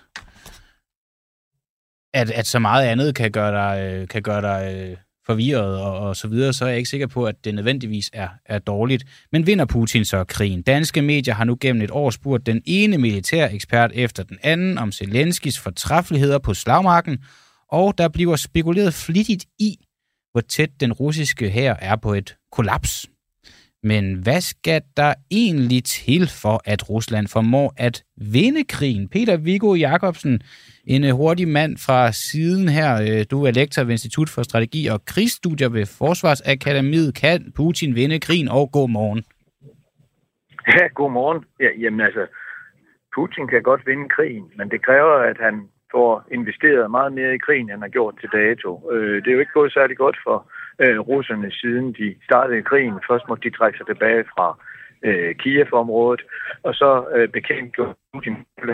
at, at så meget andet kan gøre dig, øh, kan gøre dig øh, forvirret og, og så videre, så er jeg ikke sikker på, at det nødvendigvis er, er dårligt. Men vinder Putin så krigen? Danske medier har nu gennem et år spurgt den ene militærekspert efter den anden om Zelenskis fortræffeligheder på slagmarken, og der bliver spekuleret flittigt i, hvor tæt den russiske hær er på et kollaps. Men hvad skal der egentlig til for, at Rusland formår at vinde krigen? Peter Viggo Jacobsen, en hurtig mand fra siden her. Du er lektor ved Institut for Strategi og Krigsstudier ved Forsvarsakademiet. Kan Putin vinde krigen? Og god morgen. Ja, god morgen. Ja, jamen altså, Putin kan godt vinde krigen, men det kræver, at han får investeret meget mere i krigen, end han har gjort til dato. Det er jo ikke gået særlig godt for øh, russerne, siden de startede krigen. Først måtte de trække sig tilbage fra øh, Kiev-området, og så øh, bekendtgjorde Putin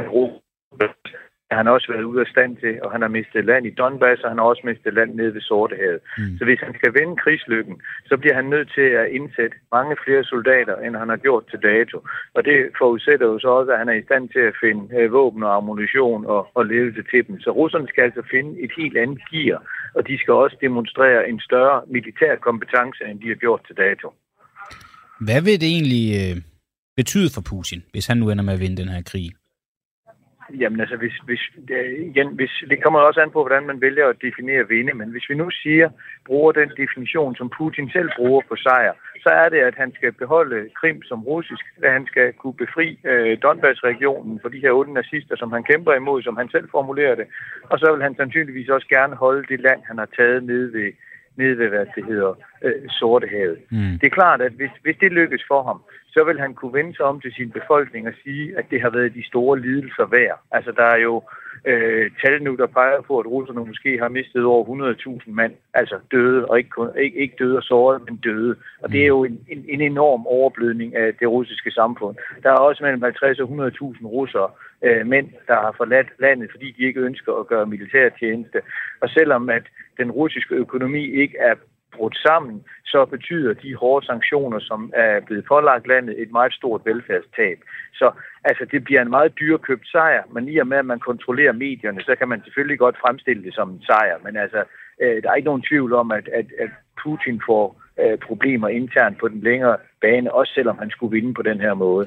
han har også været ude af stand til, og han har mistet land i Donbass, og han har også mistet land nede ved Sortehavet. Mm. Så hvis han skal vinde krigslykken, så bliver han nødt til at indsætte mange flere soldater, end han har gjort til dato. Og det forudsætter jo så også, at han er i stand til at finde øh, våben og ammunition og, og ledelse til dem. Så russerne skal altså finde et helt andet gear, og de skal også demonstrere en større militær kompetence, end de har gjort til dato. Hvad vil det egentlig øh, betyde for Putin, hvis han nu ender med at vinde den her krig? Jamen altså, hvis, hvis, igen, hvis, det kommer også an på, hvordan man vælger at definere vinde, men hvis vi nu siger, bruger den definition, som Putin selv bruger på sejr, så er det, at han skal beholde Krim som russisk, at han skal kunne befri øh, Donbass-regionen for de her otte nazister, som han kæmper imod, som han selv formulerer det, og så vil han sandsynligvis også gerne holde det land, han har taget ned ved, ned ved hvad det hedder, øh, Sortehavet. Mm. Det er klart, at hvis, hvis det lykkes for ham, så vil han kunne vende sig om til sin befolkning og sige, at det har været de store lidelser værd. Altså, der er jo øh, tal nu, der peger på, at russerne måske har mistet over hundrede tusind mand, altså døde, og ikke, kun, ikke, ikke døde og såret, men døde. Og det er jo en, en, en enorm overblødning af det russiske samfund. Der er også mellem halvtreds og hundrede tusind russere, øh, mænd, der har forladt landet, fordi de ikke ønsker at gøre militærtjeneste. Og selvom at den russiske økonomi ikke er brudt sammen, så betyder de hårde sanktioner, som er blevet pålagt landet, et meget stort velfærdstab. Så altså, det bliver en meget dyrkøbt sejr, men i og med, at man kontrollerer medierne, så kan man selvfølgelig godt fremstille det som en sejr. Men altså, øh, der er ikke nogen tvivl om, at, at, at Putin får øh, problemer internt på den længere bane, også selvom han skulle vinde på den her måde.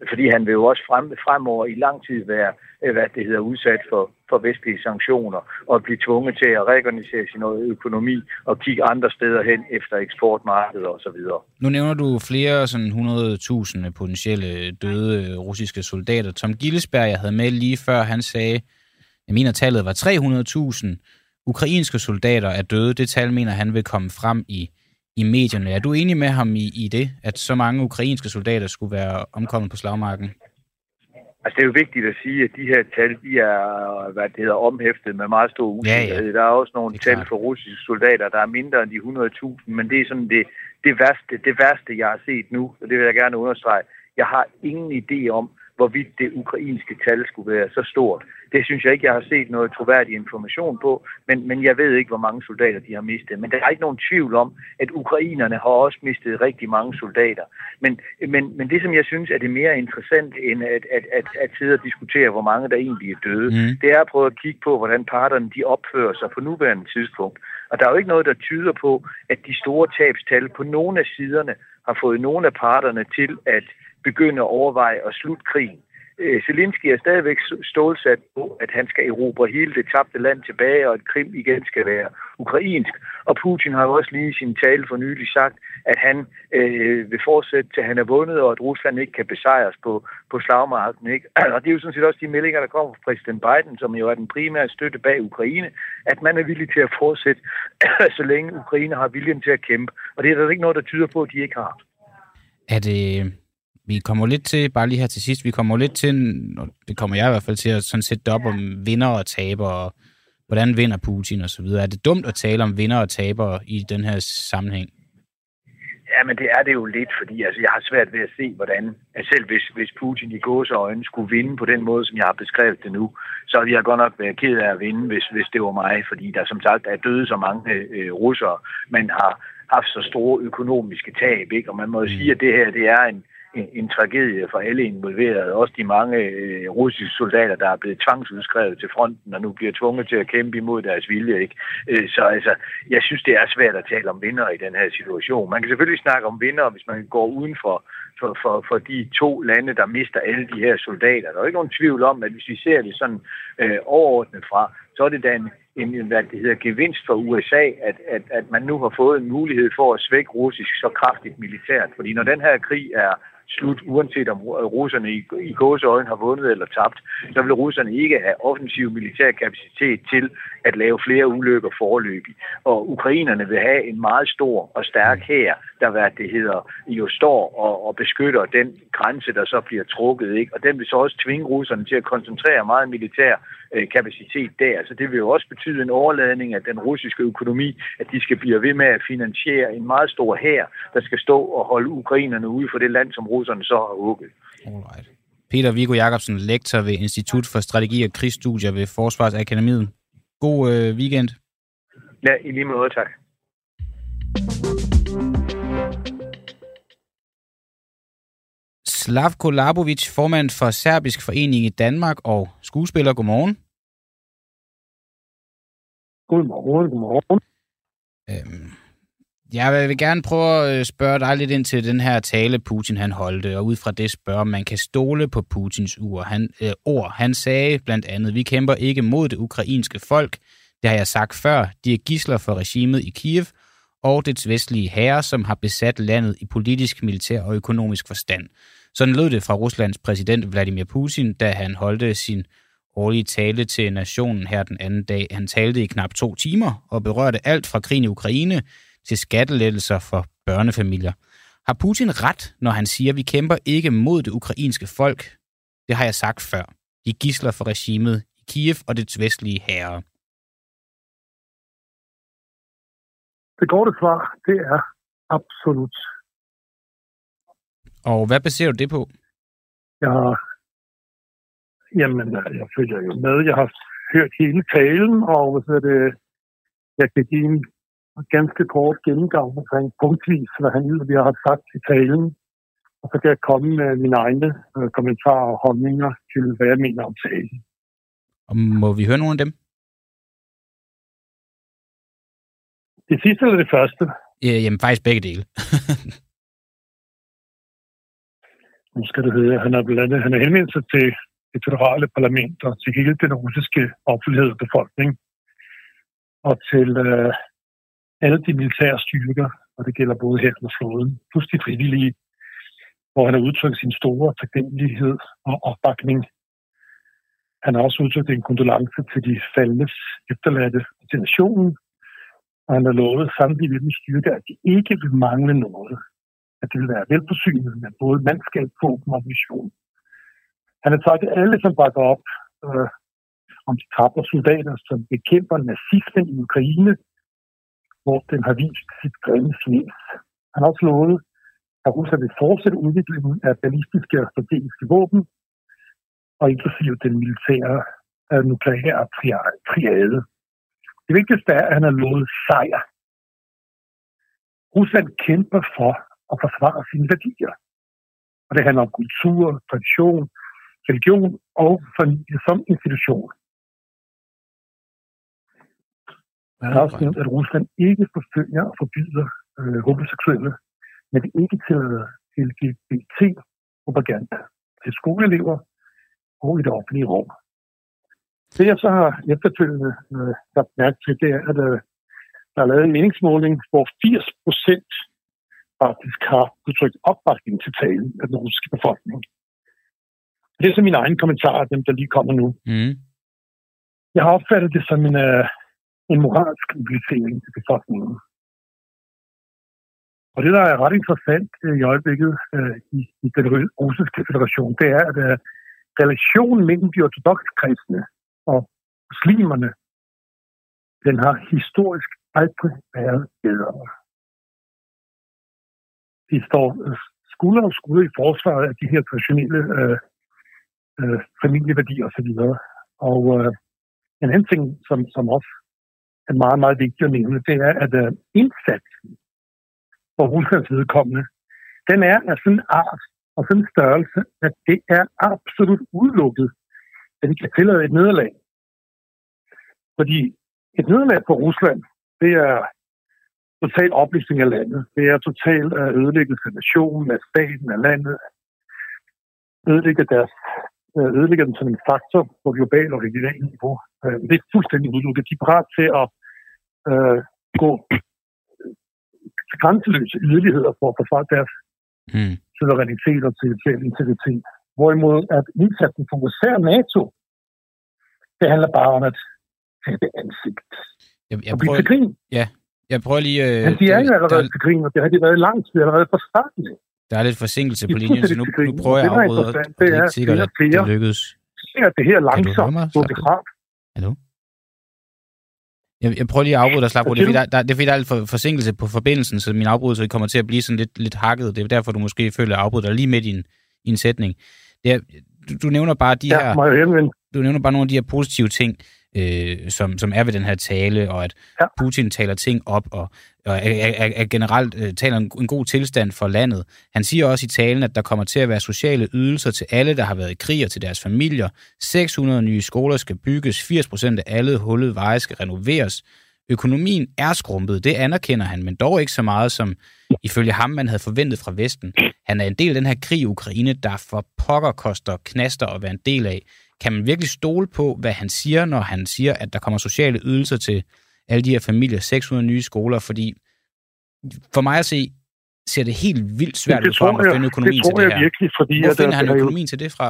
fordi han vil jo også frem, fremover i lang tid være hvad det hedder, udsat for, for vestlige sanktioner og blive tvunget til at reorganisere sin økonomi og kigge andre steder hen efter eksportmarkeder osv. Nu nævner du flere sådan hundrede tusind potentielle døde russiske soldater. Tom Gillesberg, jeg havde med lige før, han sagde, jeg mener tallet var tre hundrede tusind ukrainske soldater er døde. Det tal mener han vil komme frem i i medierne. Er du enig med ham i, i det, at så mange ukrainske soldater skulle være omkommet på slagmarken? Altså, det er jo vigtigt at sige, at de her tal, de er, hvad det hedder, omhæftet med meget stor usikkerhed. Ja, ja. Der er også nogle tal for russiske soldater, der er mindre end de hundrede tusind, men det er sådan det, det, værste, det værste, jeg har set nu, og det vil jeg gerne understrege. Jeg har ingen idé om, hvorvidt det ukrainske tal skulle være så stort. Det synes jeg ikke, jeg har set noget troværdig information på, men, men jeg ved ikke, hvor mange soldater de har mistet. Men der er ikke nogen tvivl om, at ukrainerne har også mistet rigtig mange soldater. Men, men, men det, som jeg synes er det mere interessant, end at, at, at, at sidde og diskutere, hvor mange der egentlig er døde, mm. det er at prøve at kigge på, hvordan parterne de opfører sig på nuværende tidspunkt. Og der er jo ikke noget, der tyder på, at de store tabstal på nogle af siderne har fået nogle af parterne til at begynde at overveje at slutte krigen. Zelensky er stadigvæk stålsat på, at han skal erobre hele det tabte land tilbage, og at Krim igen skal være ukrainsk. Og Putin har jo også lige i sin tale for nylig sagt, at han øh, vil fortsætte til han er vundet, og at Rusland ikke kan besejres på, på slagmarken. Ikke? Og det er jo sådan set også de meldinger, der kommer fra præsident Biden, som jo er den primære støtte bag Ukraine, at man er villig til at fortsætte, så længe Ukraine har viljen til at kæmpe. Og det er der ikke noget, der tyder på, at de ikke har. Er det... Vi kommer lidt til, bare lige her til sidst, vi kommer lidt til, og det kommer jeg i hvert fald til, at sådan sætte op om vinder og taber, og hvordan vinder Putin og så videre. Er det dumt at tale om vinder og taber i den her sammenhæng? Ja, men det er det jo lidt, fordi altså, jeg har svært ved at se, hvordan, at selv hvis, hvis Putin i gåseøjne skulle vinde på den måde, som jeg har beskrevet det nu, så ville jeg godt nok være ked af at vinde, hvis, hvis det var mig, fordi der som sagt er døde så mange øh, russere, man har haft så store økonomiske tab, ikke? Og man må jo mm. sige, at det her, det er en En, en tragedie for alle involverede, også de mange øh, russiske soldater, der er blevet tvangsudskrevet til fronten, og nu bliver tvunget til at kæmpe imod deres vilje. Ikke? Øh, så altså, jeg synes, det er svært at tale om vinder i den her situation. Man kan selvfølgelig snakke om vinder, hvis man går uden for, for, for, for de to lande, der mister alle de her soldater. Der er ikke nogen tvivl om, at hvis vi ser det sådan øh, overordnet fra, så er det da en, en hvad det hedder, gevinst for U S A, at, at, at man nu har fået en mulighed for at svække russisk så kraftigt militært. Fordi når den her krig er slut, uanset om russerne i, i gåseøjne har vundet eller tabt, så vil russerne ikke have offensiv militær kapacitet til at lave flere ulykker foreløbig. Og ukrainerne vil have en meget stor og stærk hær, der hvad det hedder, jo står og, og beskytter den grænse, der så bliver trukket. Ikke? Og den vil så også tvinge russerne til at koncentrere meget militær øh, kapacitet der. Så det vil jo også betyde en overladning af den russiske økonomi, at de skal blive ved med at finansiere en meget stor hær, der skal stå og holde ukrainerne ude for det land, som russerne så har hugget. Alright. Peter Viggo Jacobsen, lektor ved Institut for Strategi og Krigsstudier ved Forsvarsakademiet. God øh, weekend. Ja, i lige måde, tak. Slavko Labović, formand for Serbisk Forening i Danmark og skuespiller. Godmorgen. Godmorgen, godmorgen. Øhm, jeg vil gerne prøve at spørge dig lidt ind til den her tale, Putin han holdte, og ud fra det spørge, om man kan stole på Putins ord. Han, øh, ord. Han sagde blandt andet, vi kæmper ikke mod det ukrainske folk. Det har jeg sagt før. De er gidsler for regimet i Kiev og dets vestlige hære, som har besat landet i politisk, militær og økonomisk forstand. Sådan lød det fra Ruslands præsident Vladimir Putin, da han holdte sin årlige tale til nationen her den anden dag. Han talte i knap to timer og berørte alt fra krigen i Ukraine til skattelettelser for børnefamilier. Har Putin ret, når han siger, at vi kæmper ikke mod det ukrainske folk? Det har jeg sagt før. De gidsler for regimet i Kiev og dets vestlige hære. Det korte svar, det er absolut. Og hvad baserer du det på? Jeg, jamen, jeg følger jo med. Jeg har hørt hele talen, og så det, jeg kan give en ganske kort gennemgang omkring punktvis, hvad han vi har sagt i talen. Og så kan jeg komme med mine egne øh, kommentarer og holdninger til, hvad jeg mener om talen. Og må vi høre nogle af dem? Det sidste eller det første? Ja, jamen faktisk begge dele. nu skal det hedde, han har blandt andet, han har henvendt sig til det federale parlament og til hele den russiske offentlighed og befolkning, og til øh, alle de militære styrker, og det gælder både her og flåden, plus de frivillige, hvor han har udtrykt sin store taknemmelighed og opbakning. Han har også udtrykt en kondolence til de faldnes efterladte til nationen, og han har lovet samtidig med den styrke, at de ikke vil mangle noget. At det vil være velforsynet med både mandskab, våben og mission. Han har takket alle, som bakker op øh, om de tapre soldater, som bekæmper nazismen i Ukraine, hvor den har vist sit grimme svins. Han har også lovet, at Rusland vil fortsætte udviklingen af ballistiske og strategiske våben, og inklusive den militære uh, nukleære triade. Det vigtigste er, at han har lovet sejr. Rusland kæmper for at forsvare sine værdier. Og det handler om kultur, tradition, religion og familie som institution. Han har også nævnt, at Rusland ikke forfølger og forbyder øh, homoseksuelle, men det ikke tillader L G B T-propaganda til skoleelever og i det offentlige rum. Det jeg så har efterfølgende øh, lagt mærke til, det er, at øh, der er lavet en meningsmåling, hvor firs procent faktisk har udtrykt opbakning til talen af den russiske befolkning. Det er så mine egne kommentarer, dem der lige kommer nu. Mm. Jeg har opfattet det som en, uh, en moralsk mobilisering til befolkningen. Og det, der er ret interessant uh, i øjeblikket uh, i, i den russiske federation, det er, at uh, relationen mellem de ortodoxe kristne og muslimerne, den har historisk aldrig været bedre. De står uh, skulder og skulder i forsvaret af de her traditionelle uh, uh, familieværdier osv. Og uh, en anden ting, som, som også er meget, meget vigtigt at nævne, det er, at uh, indsatsen for Ruslands vedkommende, den er af sådan en art og sådan en størrelse, at det er absolut udelukket, at de kan tillade et nederlag. Fordi et nederlag for Rusland, det er total opløsning af landet. Det er total ødelæggelse af nationen, af staten, af landet. Ødelægger, deres, ødelægger den som en faktor på global og regional niveau. Det er fuldstændig udelukket. De er parat til at øh, gå til grænseløse yderligheder for at forsvare deres mm. suverænitet og territorial integritet. Hvorimod at indsatsen for U S A og NATO, det handler bare om at have det ansigt. Jeg, jeg og blive prøver, til grin. Ja, jeg prøver lige... Øh, Men de er jo allerede der, til grin, og det har de været lang tid, allerede fra starten. Der er lidt forsinkelse på linjen, så nu, nu prøver jeg at afbryde, og det er ikke sikkert, at det lykkes. Ser det her langsomt på det frem. Hallo? Jeg, jeg prøver lige at afbryde dig, Slapro. Det er fordi, der, der, det er fordi, der er lidt for, forsinkelse på forbindelsen, så min afbrydelse kommer til at blive sådan lidt, lidt hakket. Det er derfor, du måske føler, at jeg afbryder dig lige midt i en, i en sætning. Det er, du, du nævner bare de ja, her... Du nævner bare nogle af de her positive ting, øh, som, som er ved den her tale, og at ja. Putin taler ting op, og, og er, er, er generelt øh, taler en, en god tilstand for landet. Han siger også i talen, at der kommer til at være sociale ydelser til alle, der har været i krig og til deres familier. seks hundrede nye skoler skal bygges, firs procent af alle hullede veje skal renoveres. Økonomien er skrumpet, det anerkender han, men dog ikke så meget, som ifølge ham, man havde forventet fra Vesten. Han er en del af den her krig i Ukraine, der for pokker koster knaster at være en del af. Kan man virkelig stole på, hvad han siger, når han siger, at der kommer sociale ydelser til alle de her familier, seks hundrede nye skoler? Fordi for mig at se, ser det helt vildt svært ud for ham at finde økonomien til det her. Det tror jeg virkelig, fordi... Hvor finder han økonomien til det fra?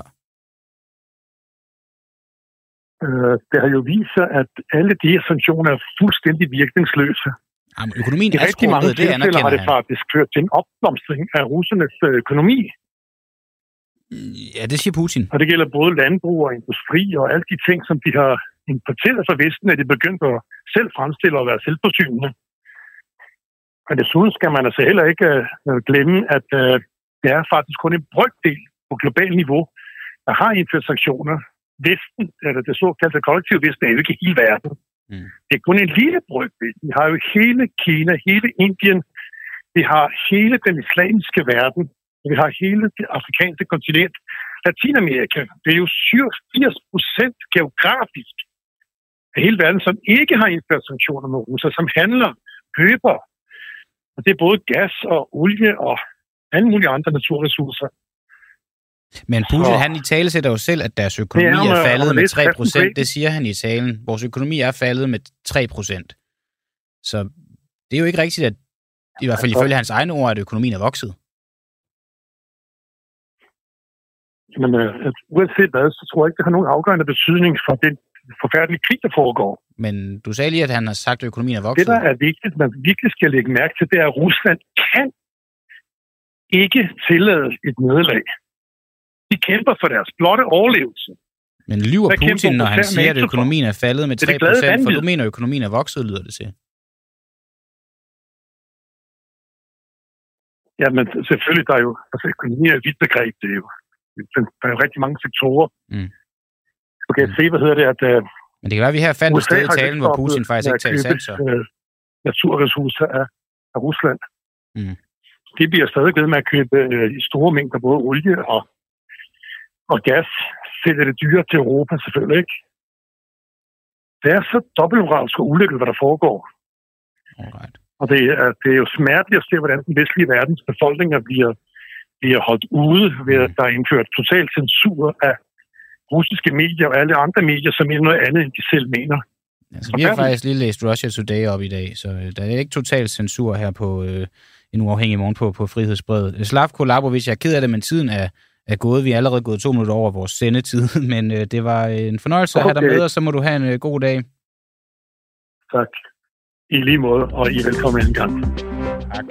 Øh, det har jo vist sig, at alle de her sanktioner er fuldstændig virkningsløse. Jamen, økonomien er skrumpet, det anerkender han. har det faktisk ført til en opblomstring af russernes økonomi. Ja, det siger Putin. Og det gælder både landbrug og industri og alle de ting, som de har importeret fra Vesten, at de begyndt at selv fremstille og være selvforsynende. Og desuden skal man altså heller ikke uh, glemme, at uh, det er faktisk kun en brøkdel på globalt niveau, der har indført sanktioner. Vesten, eller det såkaldte kollektive Vesten, er jo ikke hele verden. Mm. Det er kun en lille brøkdel. Vi har jo hele Kina, hele Indien, vi har hele den islamiske verden, vi har hele det afrikanske kontinent. Latinamerika, det er jo syvogfirs procent geografisk af hele verden, som ikke har indført sanktioner mod Rusland, som handler, køber. Og det er både gas og olie og alle mulige andre naturressourcer. Men Putin, så, han i tale sætter jo selv, at deres økonomi er, er faldet med tre procent. Det siger han i talen. Vores økonomi er faldet med tre procent. Så det er jo ikke rigtigt, at i hvert fald ifølge hans egne ord, at økonomien er vokset. Men øh, uanset hvad, så tror jeg ikke, det har nogen afgørende betydning for den forfærdelige krig, der foregår. Men du sagde lige, at han har sagt, at økonomien er vokset. Det, der er vigtigt, man virkelig skal lægge mærke til, det er, at Rusland kan ikke tillade et nederlag. De kæmper for deres blotte overlevelse. Men lyver Putin, når han siger, at økonomien er faldet med tre procent, for du mener, at økonomien er vokset, lyder det til? Ja, men selvfølgelig, der er jo, altså økonomi er et vidt begreb, det er jo, der er jo rigtig mange sektorer. Mm. Du kan mm. se, hvad hedder det, at... Uh, men det kan være, at vi her fandt et sted i talen, hvor Putin faktisk ikke tager sandt, så. Uh, naturressourcer af, af Rusland. Mm. De bliver stadig ved med at købe uh, i store mængder både olie og, og gas. Sætter det dyre til Europa, selvfølgelig ikke. Det er så dobbeltmoralsk og ulykkelig, hvad der foregår. Alright. Og det er, det er jo smerteligt at se, hvordan den vestlige verdens befolkninger bliver, bliver holdt ude ved, at der er indført total censur af russiske medier og alle andre medier, som mener noget andet, end de selv mener. Altså, vi har faktisk lige læst Russia Today op i dag, så der er ikke total censur her på øh, en uafhængig morgen på, på Frihedsbrevet. Slavko Labovic, jeg er ked af det, men tiden er, er gået. Vi er allerede gået to minutter over vores sendetid, men øh, det var en fornøjelse okay. at have dig med, og så må du have en øh, god dag. Tak. I lige måde, og I er velkommen en gang. Tak.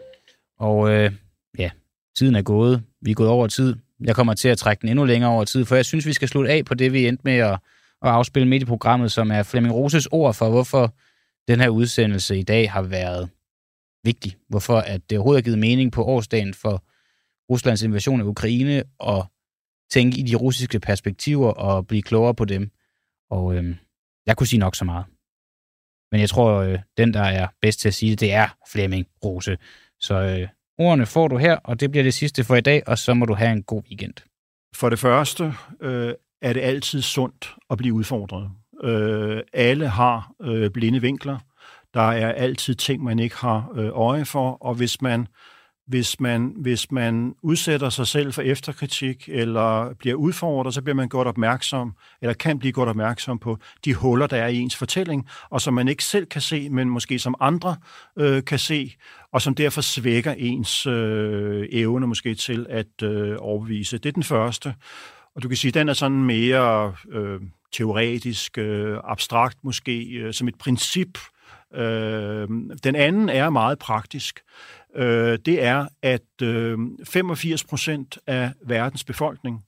Og øh, ja, tiden er gået. Vi er gået over tid. Jeg kommer til at trække den endnu længere over tid, for jeg synes, vi skal slutte af på det, vi endte med at, at afspille midt i programmet, som er Flemming Roses ord for, hvorfor den her udsendelse i dag har været vigtig. Hvorfor at det overhovedet har givet mening på årsdagen for Ruslands invasion af Ukraine, og tænke i de russiske perspektiver og blive klogere på dem. Og øh, jeg kunne sige nok så meget. Men jeg tror, øh, den, der er bedst til at sige det, det er Flemming Rose. Så øh, ordene får du her, og det bliver det sidste for i dag, og så må du have en god weekend. For det første øh, er det altid sundt at blive udfordret. Øh, alle har øh, blinde vinkler. Der er altid ting, man ikke har øh, øje for, og hvis man Hvis man, hvis man udsætter sig selv for efterkritik eller bliver udfordret, så bliver man gjort opmærksom, eller kan blive gjort opmærksom på de huller, der er i ens fortælling, og som man ikke selv kan se, men måske som andre øh, kan se, og som derfor svækker ens øh, evne måske til at øh, overbevise. Det er den første. Og du kan sige, at den er sådan mere øh, teoretisk, øh, abstrakt måske, øh, som et princip. Øh, den anden er meget praktisk. Øh, det er, at øh, femogfirs procent af verdens befolkning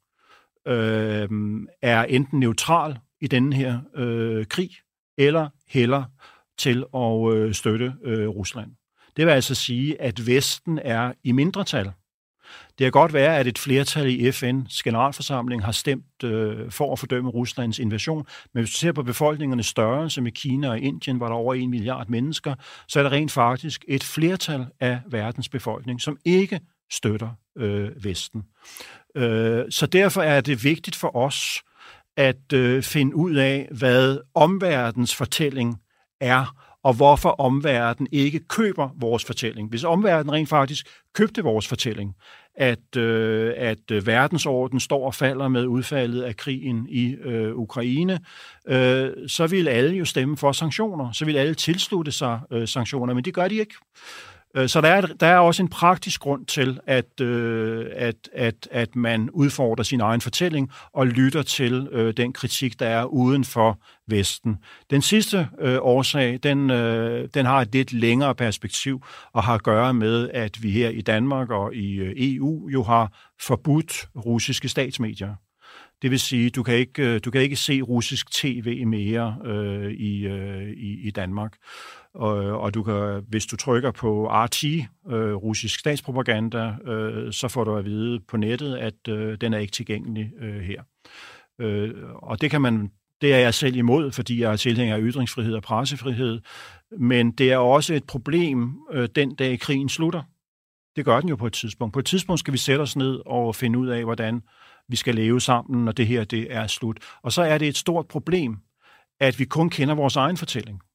øh, er enten neutral i denne her øh, krig, eller hælder til at øh, støtte øh, Rusland. Det vil altså sige, at Vesten er i mindretal. Det kan godt være, at et flertal i F N's generalforsamling har stemt øh, for at fordømme Ruslands invasion, men hvis du ser på befolkningernes størrelse med Kina og Indien, var der over en milliard mennesker, så er der rent faktisk et flertal af verdens befolkning, som ikke støtter øh, Vesten. Øh, så derfor er det vigtigt for os at øh, finde ud af, hvad omverdens fortælling er, og hvorfor omverdenen ikke køber vores fortælling. Hvis omverdenen rent faktisk købte vores fortælling, at, øh, at verdensorden står og falder med udfaldet af krigen i øh, Ukraine, øh, så vil alle jo stemme for sanktioner. Så vil alle tilslutte sig øh, sanktioner, men det gør de ikke. Så der er, der er også en praktisk grund til, at, øh, at, at, at man udfordrer sin egen fortælling og lytter til øh, den kritik, der er uden for Vesten. Den sidste øh, årsag, den, øh, den har et lidt længere perspektiv og har at gøre med, at vi her i Danmark og i øh, E U jo har forbudt russiske statsmedier. Det vil sige, du kan ikke, du kan ikke se russisk tv mere øh, i, øh, i, i Danmark. Og, og du kan, hvis du trykker på R T, øh, russisk statspropaganda, øh, så får du at vide på nettet, at øh, den er ikke tilgængelig øh, her. Øh, og det kan man, det er jeg selv imod, fordi jeg er tilhænger af ytringsfrihed og pressefrihed. Men det er også et problem øh, den dag krigen slutter. Det gør den jo på et tidspunkt. På et tidspunkt skal vi sætte os ned og finde ud af, hvordan vi skal leve sammen, når det her det er slut. Og så er det et stort problem, at vi kun kender vores egen fortælling.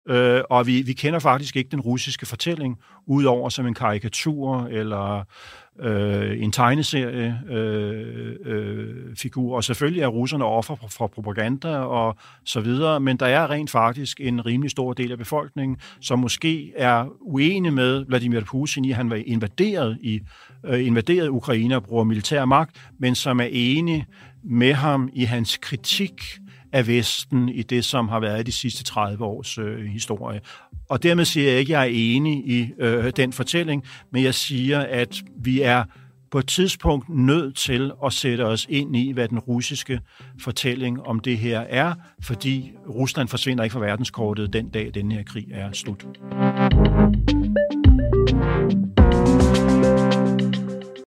Øh, og vi, vi kender faktisk ikke den russiske fortælling, udover som en karikatur eller øh, en tegneserie øh, øh, figur. Og selvfølgelig er russerne offer for, for propaganda og så videre, men der er rent faktisk en rimelig stor del af befolkningen, som måske er uenig med Vladimir Putin i, at han var invaderet i øh, invaderet Ukraine og bruger militær magt, men som er enig med ham i hans kritik af Vesten i det, som har været de sidste tredive års øh, historie. Og dermed siger jeg ikke, at jeg er enig i øh, den fortælling, men jeg siger, at vi er på et tidspunkt nødt til at sætte os ind i, hvad den russiske fortælling om det her er, fordi Rusland forsvinder ikke fra verdenskortet den dag, den her krig er slut.